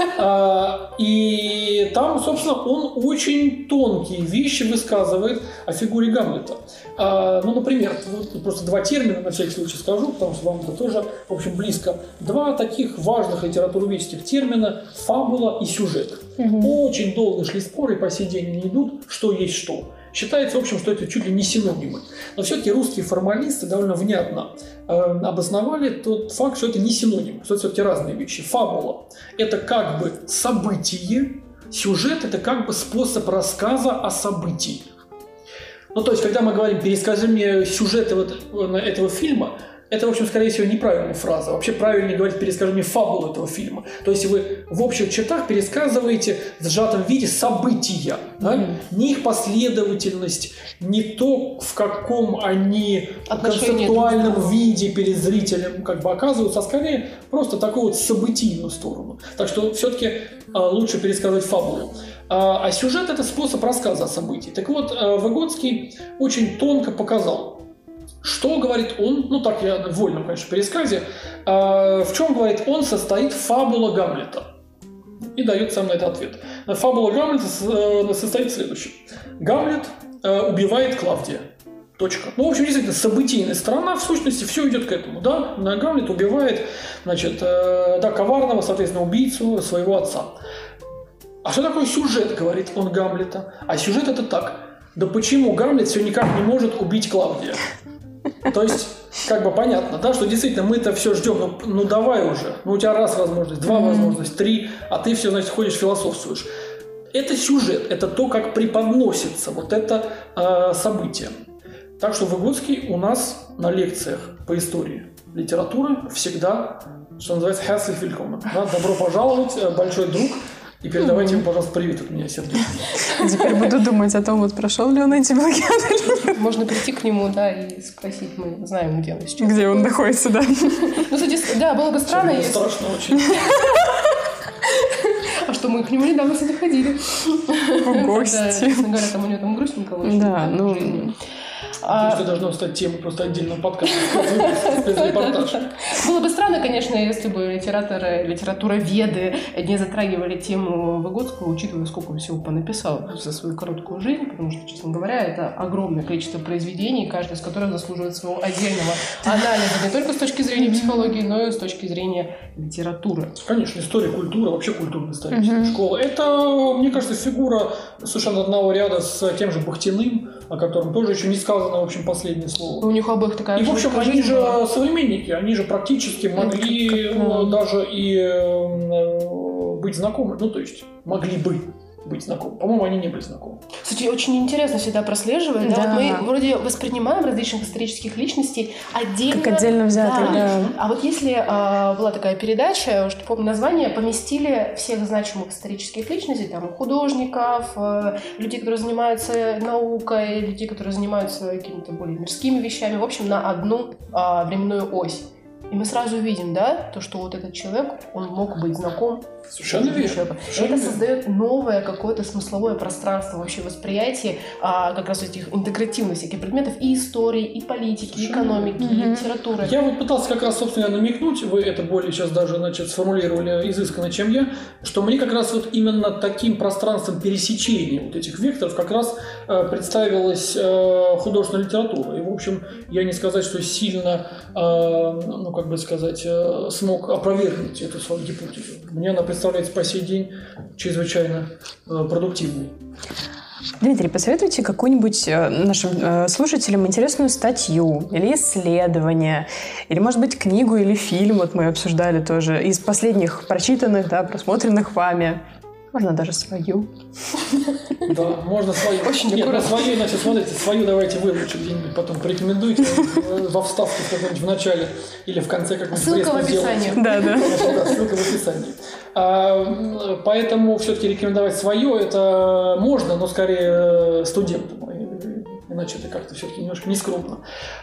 И там, собственно, он очень тонкие вещи высказывает о фигуре Гамлета. Ну, например, вот просто два термина, на всякий случай скажу, потому что вам это тоже, в общем, близко. Два таких важных литературоведческих термина – фабула и сюжет. Очень долго шли споры, по сей день они идут, что есть что. Считается, в общем, что это чуть ли не синонимы. Но все-таки русские формалисты довольно внятно обосновали тот факт, что это не синонимы, что это все-таки разные вещи. Фабула – это как бы событие, сюжет – это как бы способ рассказа о событии. Ну, то есть, когда мы говорим «перескажи мне сюжет этого фильма», это, в общем, скорее всего, неправильная фраза. Вообще правильнее говорить «перескажи мне фабулу этого фильма». То есть вы в общих чертах пересказываете в сжатом виде события. Да? Не их последовательность, не то, в каком они концептуальном виде перед зрителем как бы оказываются, а скорее просто такую вот событийную сторону. Так что все-таки лучше пересказывать фабулу. А сюжет – это способ рассказа о событии. Так вот, Выгодский очень тонко показал, что, говорит он, ну так я в вольном, конечно, пересказе, в чем, говорит он, состоит фабула Гамлета. И дает сам на это ответ. Фабула Гамлета состоит в следующем. Гамлет убивает Клавдия. Точка. Ну, в общем, действительно, событийная сторона, в сущности, все идет к этому. Да? Гамлет убивает, значит, да, коварного, соответственно, убийцу своего отца. А что такое сюжет, говорит он Гамлета? А сюжет это так. Да почему Гамлет все никак не может убить Клавдия? То есть, как бы понятно, да, что действительно мы-то все ждем, ну давай уже, ну у тебя раз возможность, два возможность, три, а ты все, значит, ходишь философствуешь. Это сюжет, это то, как преподносится вот это событие. Так что Выгодский у нас на лекциях по истории литературы всегда, что называется, herzlich willkommen. Да, добро пожаловать, большой друг. И передавайте ему, пожалуйста, привет от меня, Сергей. Теперь буду думать о том, вот прошел ли он антиплагиат или нет. Можно прийти к нему, да, и спросить, мы знаем, где он сейчас. Где он находится, да. Ну, кстати, да, было бы странно, если... Страшно очень. А что, мы мы к нему недавно, кстати, ходили. В гости. Честно говоря, там у него там грустненько очень. Да, ну... Это должно стать темой просто отдельного подкаста. Спецрепортаж. Было бы странно, конечно, если бы литературоведы не затрагивали тему Выгодского, учитывая, сколько он всего понаписал за свою короткую жизнь, потому что, честно говоря, это огромное количество произведений, каждое из которых заслуживает своего отдельного анализа, не только с точки зрения психологии, но и с точки зрения литературы. Конечно, история, культура, вообще культурно-историческая школа. Это, мне кажется, фигура совершенно одного ряда с тем же Бахтиным, о котором тоже еще не сказано, в общем, последнее слово. У них обоих такая И, в общем, они же была. современники, они же практически могли даже и быть знакомы. Ну, то есть, могли бы быть знакомы. По-моему, они не были знакомы. Кстати, очень интересно всегда прослеживать. Да. Вот мы вроде воспринимаем различных исторических личностей отдельно. Как отдельно взятых, да. А вот если была такая передача, уж помню название, поместили всех значимых исторических личностей, там, художников, людей, которые занимаются наукой, людей, которые занимаются какими-то более мирскими вещами, в общем, на одну временную ось. И мы сразу видим, да, то, что вот этот человек, он мог быть знаком. Совершенно верно. Это создает новое какое-то смысловое пространство вообще восприятия как раз этих интегративных всяких предметов и истории, и политики, и экономики, и литературы. Я вот пытался как раз, собственно, намекнуть, вы это более сейчас даже, значит, сформулировали изысканно, чем я, что мне как раз вот именно таким пространством пересечения вот этих векторов как раз представилась художественная литература. И, в общем, я не сказать, что сильно, ну, как бы сказать, смог опровергнуть эту свою гипотезу. Мне она представляется по сей день чрезвычайно продуктивной. Дмитрий, посоветуйте какую-нибудь нашим слушателям интересную статью или исследование, или, может быть, книгу или фильм, вот мы обсуждали тоже, из последних прочитанных, да, просмотренных вами. Можно даже свою. Да, можно свою. Очень Нет, аккуратно. свою, значит, смотрите, свою давайте вы лучше где-нибудь потом порекомендуйте во вставке какой-нибудь в начале или в конце как-нибудь. Ссылка в описании. Да. Да, ссылка в описании. Поэтому все-таки рекомендовать свое это можно, но скорее студентам. Иначе это как-то все-таки немножко нескромно.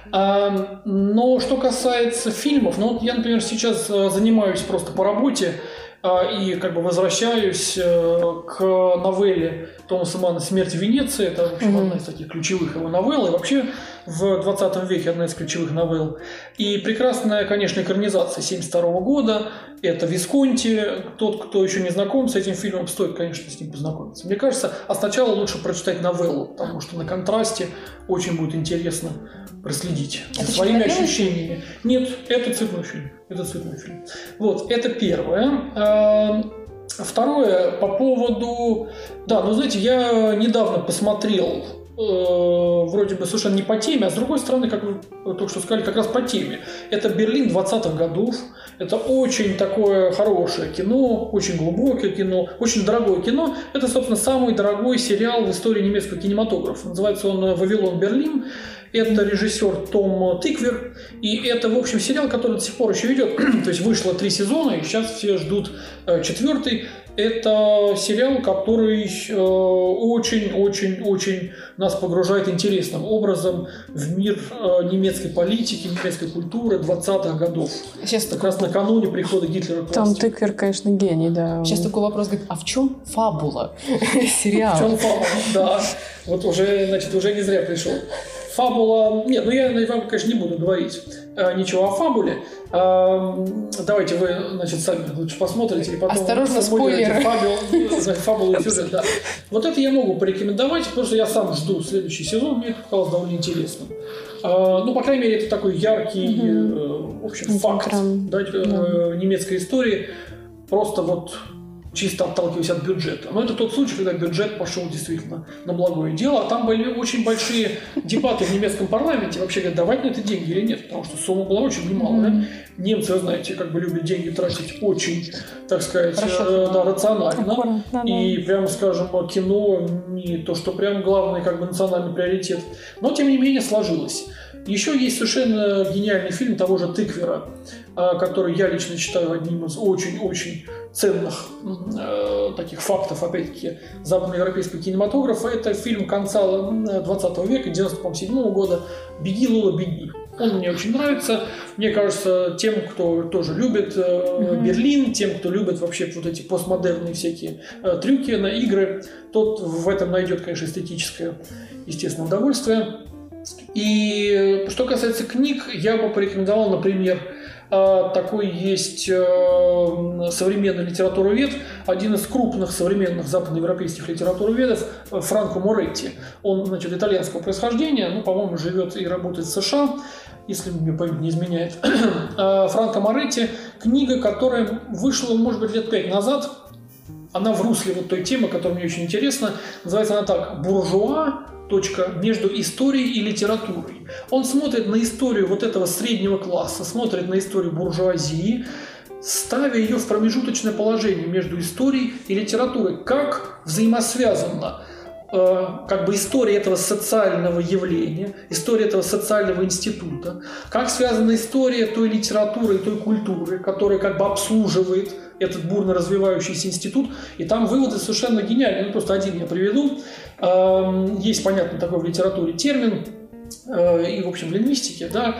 Но что касается фильмов, ну вот я, например, сейчас занимаюсь просто по работе и как бы возвращаюсь к новелле Томаса Манна «Смерть в Венеции». Это, в общем, одна из таких ключевых его новелл. И вообще в 20 веке одна из ключевых новелл. И прекрасная, конечно, экранизация 1972 года. Это Висконти. Тот, кто еще не знаком с этим фильмом, стоит, конечно, с ним познакомиться. Мне кажется, сначала лучше прочитать новеллу, потому что на контрасте очень будет интересно проследить за своими ощущениями. Нет, это цветной фильм. Вот, это первое. Второе, по поводу... Да, ну знаете, я недавно посмотрел, вроде бы совершенно не по теме, а с другой стороны, как вы только что сказали, как раз по теме. Это Берлин 20-х годов. Это очень такое хорошее кино, очень глубокое кино, очень дорогое кино. Это, собственно, самый дорогой сериал в истории немецкого кинематографа. Называется он «Вавилон Берлин». Это режиссер Том Тыквер. И это, в общем, сериал, который до сих пор еще идет. То есть вышло 3 сезона, и сейчас все ждут 4-й. Это сериал, который очень-очень-очень нас погружает интересным образом в мир немецкой политики, немецкой культуры 20-х годов. Сейчас как раз накануне прихода Гитлера к власти. Том Тыквер, конечно, гений, да. Сейчас такой вопрос, говорит, а в чем фабула сериала? В чем фабула, да. Вот уже, значит, уже не зря пришел. Фабула... Нет, ну я вам, конечно, не буду говорить ничего о фабуле. Давайте вы, значит, сами лучше посмотрите и потом... Осторожно, спойлеры. Фабулу и сюжет, да. Вот это я могу порекомендовать, потому что я сам жду следующий сезон, мне это показалось довольно интересным. Ну, по крайней мере, это такой яркий, в общем, факт немецкой истории. Просто вот... чисто отталкиваясь от бюджета. Но это тот случай, когда бюджет пошел действительно на благое дело. А там были очень большие дебаты в немецком парламенте. Вообще говорят, давать на это деньги или нет. Потому что сумма была очень немалая. Немцы, вы знаете, как бы любят деньги тратить очень, так сказать, рационально. И, прямо скажем, кино не то, что прям главный как бы национальный приоритет. Но, тем не менее, сложилось. Еще есть совершенно гениальный фильм того же Тыквера, который я лично считаю одним из очень-очень ценных таких фактов, опять-таки, западноевропейского кинематографа. Это фильм конца 20 века, 97 года «Беги, Лола, беги». Он мне очень нравится. Мне кажется, тем, кто тоже любит Берлин, тем, кто любит вообще вот эти постмодерные всякие трюки на игры, тот в этом найдет, конечно, эстетическое, естественно, удовольствие. И что касается книг, я бы порекомендовал, например, такой есть современный литературовед, один из крупных современных западноевропейских литературоведов, Франко Моретти. Он, значит, итальянского происхождения, по-моему, живет и работает в США, если мне память не изменяет. Франко Моретти, книга, которая вышла, может быть, лет 5 назад. Она в русле вот той темы, которая мне очень интересна. Называется она так: «Буржуа. Между историей и литературой». Он смотрит на историю вот этого среднего класса, смотрит на историю буржуазии, ставя ее в промежуточное положение между историей и литературой. Как взаимосвязана как бы история этого социального явления, история этого социального института, как связана история той литературы и той культуры, которая как бы обслуживает этот бурно развивающийся институт. И там выводы совершенно гениальные. Просто один я приведу. Есть, понятно, такой в литературе термин, и, в общем, в лингвистике, да,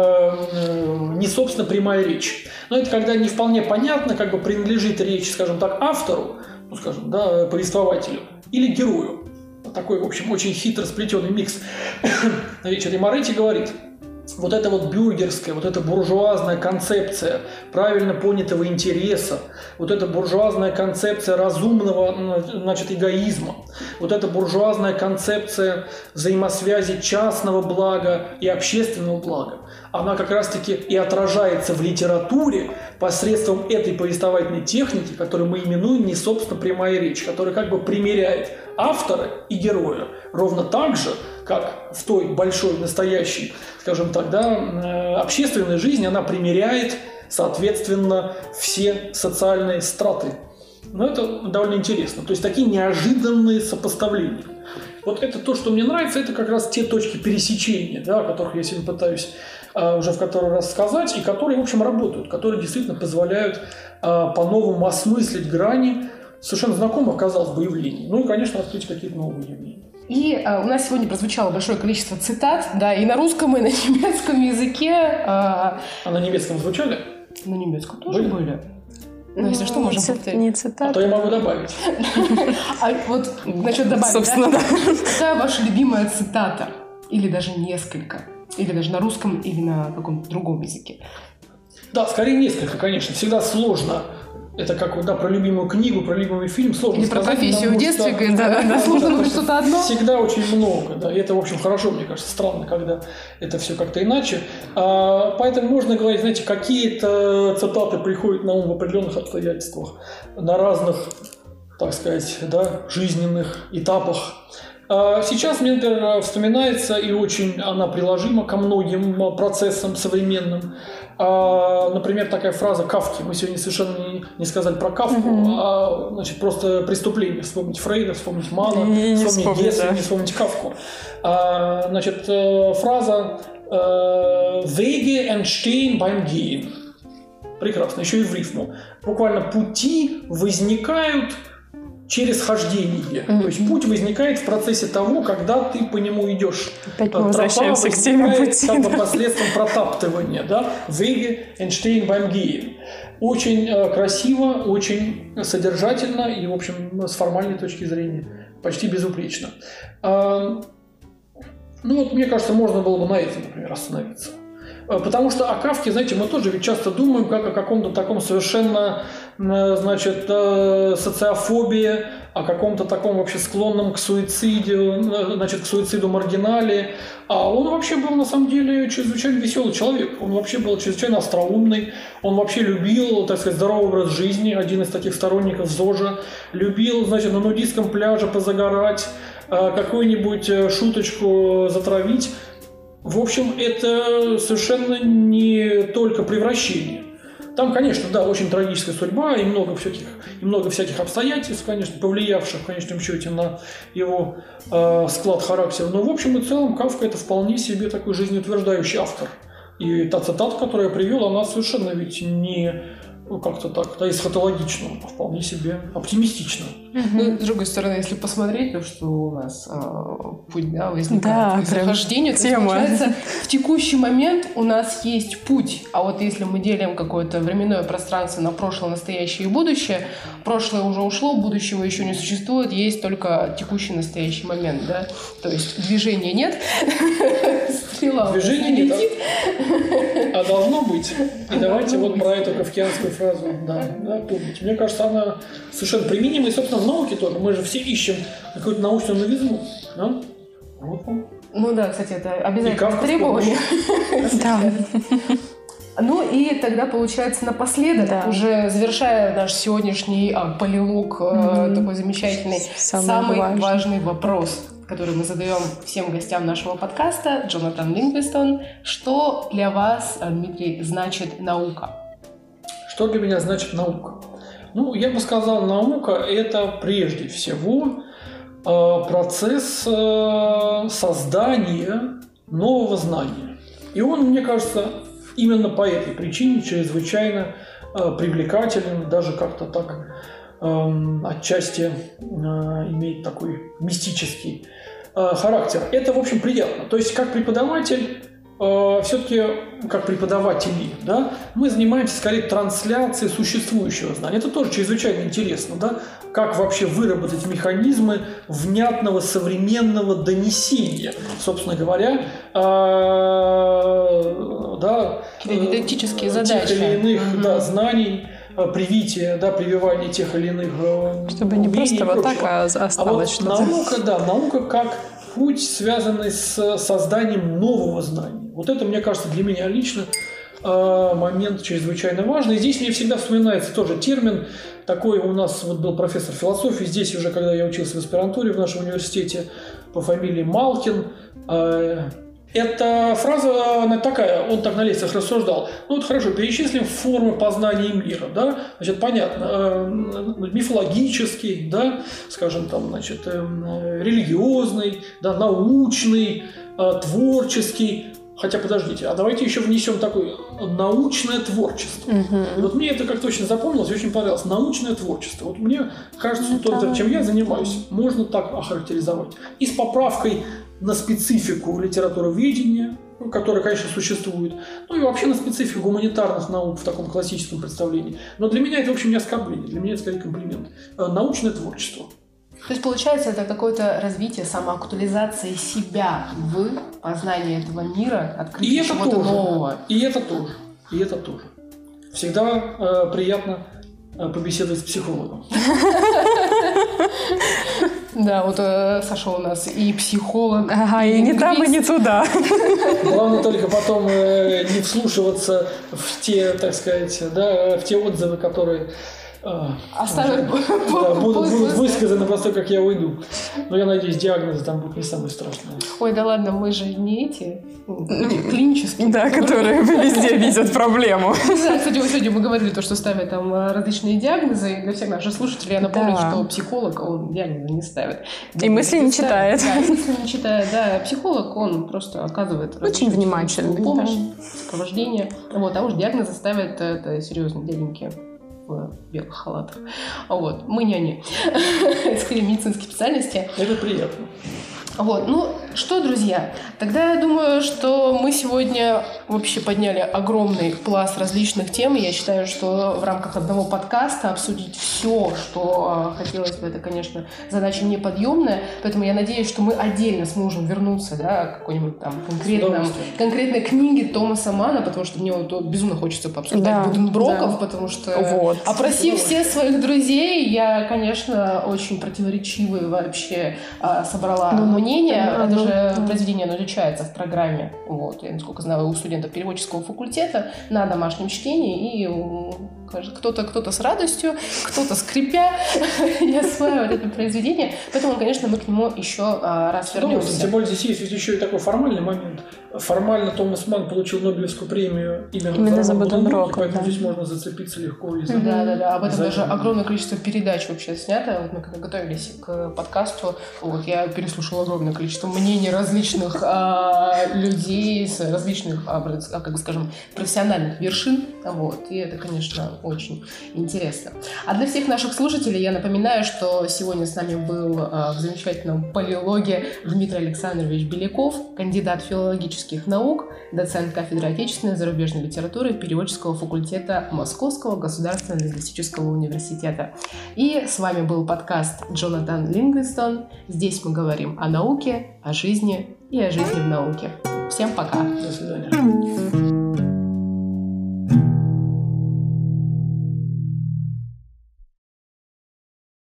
не, собственно, прямая речь. Но это когда не вполне понятно, как бы принадлежит речь, скажем так, автору, скажем, да, повествователю, или герою. Такой, в общем, очень хитро сплетенный микс. И Моретти говорит: вот эта вот бюргерская, вот эта буржуазная концепция правильно понятого интереса, вот эта буржуазная концепция разумного, значит, эгоизма, вот эта буржуазная концепция взаимосвязи частного блага и общественного блага, она как раз-таки и отражается в литературе посредством этой повествовательной техники, которую мы именуем не собственно прямая речь, которая как бы примиряет автора и героя ровно так же, как в той большой, настоящей, скажем так, да, общественной жизни она примеряет, соответственно, все социальные страты. Но это довольно интересно. То есть такие неожиданные сопоставления. Вот это то, что мне нравится, это как раз те точки пересечения, да, о которых я сегодня пытаюсь уже в который раз сказать, и которые, в общем, работают, которые действительно позволяют по-новому осмыслить грани совершенно знакомых, казалось бы, явлений. Ну и, конечно, открыть какие-то новые явления. И у нас сегодня прозвучало большое количество цитат, да, и на русском, и на немецком языке. А на немецком звучали? На немецком тоже были. Ну, если что, можем повторить. Не цитаты. А то я могу добавить. А вот насчет добавить, собственно, да. Какая ваша любимая цитата? Или даже несколько? Или даже на русском, или на каком-то другом языке? Да, скорее несколько, конечно. Всегда сложно. Это как, да, про любимую книгу, про любимый фильм сложно или сказать. Или про профессию в детстве, да, сложно выбрать что-то одно. Всегда очень много, да. И это, в общем, хорошо, мне кажется, странно, когда это все как-то иначе. Поэтому можно говорить, знаете, какие-то цитаты приходят на ум в определенных обстоятельствах, на разных, так сказать, да, жизненных этапах. Сейчас мне, например, вспоминается, и очень она приложима ко многим процессам современным. Например, такая фраза Кафки. Мы сегодня совершенно не сказали про Кафку, значит, просто преступление. Вспомнить Фрейда, вспомнить Мана, вспомнить Гесса, да. Не вспомнить Кафку. Значит, фраза «Wege entstehen beim Gehen». Прекрасно, еще и в рифму. Буквально пути возникают через хождение. То есть путь возникает в процессе того, когда ты по нему идешь. Опять мы возвращаемся к теме пути. Как бы посредством протаптывания. Да? Wege entstehen beim Gehen. Очень красиво, очень содержательно и, в общем, с формальной точки зрения почти безупречно. Ну вот, мне кажется, можно было бы на этом, например, остановиться. Потому что о Кафке, знаете, мы тоже ведь часто думаем как о каком-то таком совершенно, значит, социофобии, о каком-то таком вообще склонном к суициду, значит, к суициду маргинале. А он вообще был, на самом деле, чрезвычайно веселый человек. Он вообще был чрезвычайно остроумный. Он вообще любил, так сказать, здоровый образ жизни. Один из таких сторонников ЗОЖа. Любил, значит, на нудистском пляже позагорать, какую-нибудь шуточку затравить. В общем, это совершенно не только превращение. Там, конечно, да, очень трагическая судьба и много всяких обстоятельств, конечно, повлиявших в конечном счете на его склад характера. Но в общем и целом Кафка – это вполне себе такой жизнеутверждающий автор. И та цитата, которую я привел, она совершенно ведь не как-то так, да, эсхатологично, вполне себе оптимистично. Ну, с другой стороны, если посмотреть, то что у нас путь, да, возникает к захождению, то есть, получается, в текущий момент у нас есть путь, а вот если мы делим какое-то временное пространство на прошлое, настоящее и будущее, прошлое уже ушло, будущего еще не существует, есть только текущий настоящий момент, да, то есть движения нет, стрела движения не летит, а должно быть. И давайте вот про эту кафкианскую фразу, да, помните. Мне кажется, она совершенно применима, и, собственно, в науке тоже. Мы же все ищем какую-то научную новизну, да? Вот он. Ну да, кстати, это обязательно требование. Да. Ну и тогда, получается, напоследок, уже завершая наш сегодняшний полилог такой замечательный, самый важный вопрос, который мы задаем всем гостям нашего подкаста, Джонатан Лингвистон. Что для вас, Дмитрий, значит наука? Что для меня значит наука? Ну, я бы сказал, наука – это прежде всего процесс создания нового знания. И он, мне кажется, именно по этой причине чрезвычайно привлекателен, даже как-то так отчасти имеет такой мистический характер. Это, в общем, приятно. То есть, как преподаватель, все-таки как преподаватели, да, мы занимаемся скорее трансляцией существующего знания. Это тоже чрезвычайно интересно, да, как вообще выработать механизмы внятного современного донесения, собственно говоря, да, дидактические задачи, тех или иных знаний, привития, да, прививания тех или иных чтобы не просто вот так, а осталось а вот что-то. наука как путь, связанный с созданием нового знания. Вот это, мне кажется, для меня лично момент чрезвычайно важный. И здесь мне всегда вспоминается тоже термин. Такой у нас вот был профессор философии здесь уже, когда я учился в аспирантуре в нашем университете, по фамилии Малкин. Эта фраза, она такая, он так на лекциях рассуждал. Ну вот хорошо, перечислим формы познания мира, да, значит, понятно, мифологический, да, скажем там, значит, религиозный, да, научный, творческий. Хотя, подождите, а давайте еще внесем такое научное творчество. Вот мне это как-то очень запомнилось и очень понравилось. Научное творчество. Вот мне кажется, то, чем я занимаюсь, можно так охарактеризовать. И с поправкой на специфику литературоведения, которая, конечно, существует, ну и вообще на специфику гуманитарных наук в таком классическом представлении. Но для меня это, в общем, не оскорбление, для меня это скорее комплимент. Научное творчество. То есть, получается, это какое-то развитие, самоактуализация себя в познании этого мира, открытие чего-то нового. И это тоже. Всегда приятно побеседовать с психологом. Да, вот Саша у нас и психолог. Ага, и не там, и не туда. Главное только потом не вслушиваться в те, так сказать, да, в те отзывы, которые будут высказаны после того, как я уйду. Но я надеюсь, диагнозы там будут не самые страшные. Ой, да ладно, мы же не эти клинические. Да, которые везде видят проблему. Да, кстати, вот сегодня мы говорили то, что ставят там различные диагнозы. Для всех наших слушателей я напомню, что психолог, он диагнозы не ставит. И мысли не читает. Да, мысли не читает, да. Психолог, он просто оказывает очень внимательный помощь, сопровождение. Вот, а уж диагнозы ставят это серьезные дяденьки в белых халатах. Вот. Мы не они. Скорее, медицинские специальности. Это приятно. Вот. Ну что, друзья, тогда я думаю, что мы сегодня вообще подняли огромный пласт различных тем. Я считаю, что в рамках одного подкаста обсудить все, что хотелось бы, это, конечно, задача неподъемная. Поэтому я надеюсь, что мы отдельно сможем вернуться, да, к какой-нибудь там конкретной книге Томаса Манна, потому что мне вот безумно хочется пообсуждать Буденброков, потому что, опросив всех своих друзей, я, конечно, очень противоречивые вообще собрала мнение. Это же произведение, оно изучается в программе, вот, я, насколько знаю, у студентов переводческого факультета на домашнем чтении, и кто-то с радостью, кто-то скрипя не осваивает это произведение, поэтому, конечно, мы к нему еще раз вернемся. Тем более здесь есть еще и такой формальный момент. Формально Томас Манн получил Нобелевскую премию именно за Буденброка, поэтому здесь можно зацепиться легко. Да, об этом даже огромное количество передач вообще снято. Вот мы когда готовились к подкасту, вот, я переслушала огромное количество мнений различных людей с различных, как бы скажем, профессиональных вершин Вот. И это, конечно, очень интересно. А для всех наших слушателей я напоминаю, что сегодня с нами был в замечательном полилоге Дмитрий Александрович Беляков, кандидат филологических наук, доцент кафедры отечественной и зарубежной литературы переводческого факультета Московского государственного лингвистического университета. И с вами был подкаст Джонатан Лингвинстон. Здесь мы говорим о науке, о жизни и о жизни в науке. Всем пока. До свидания.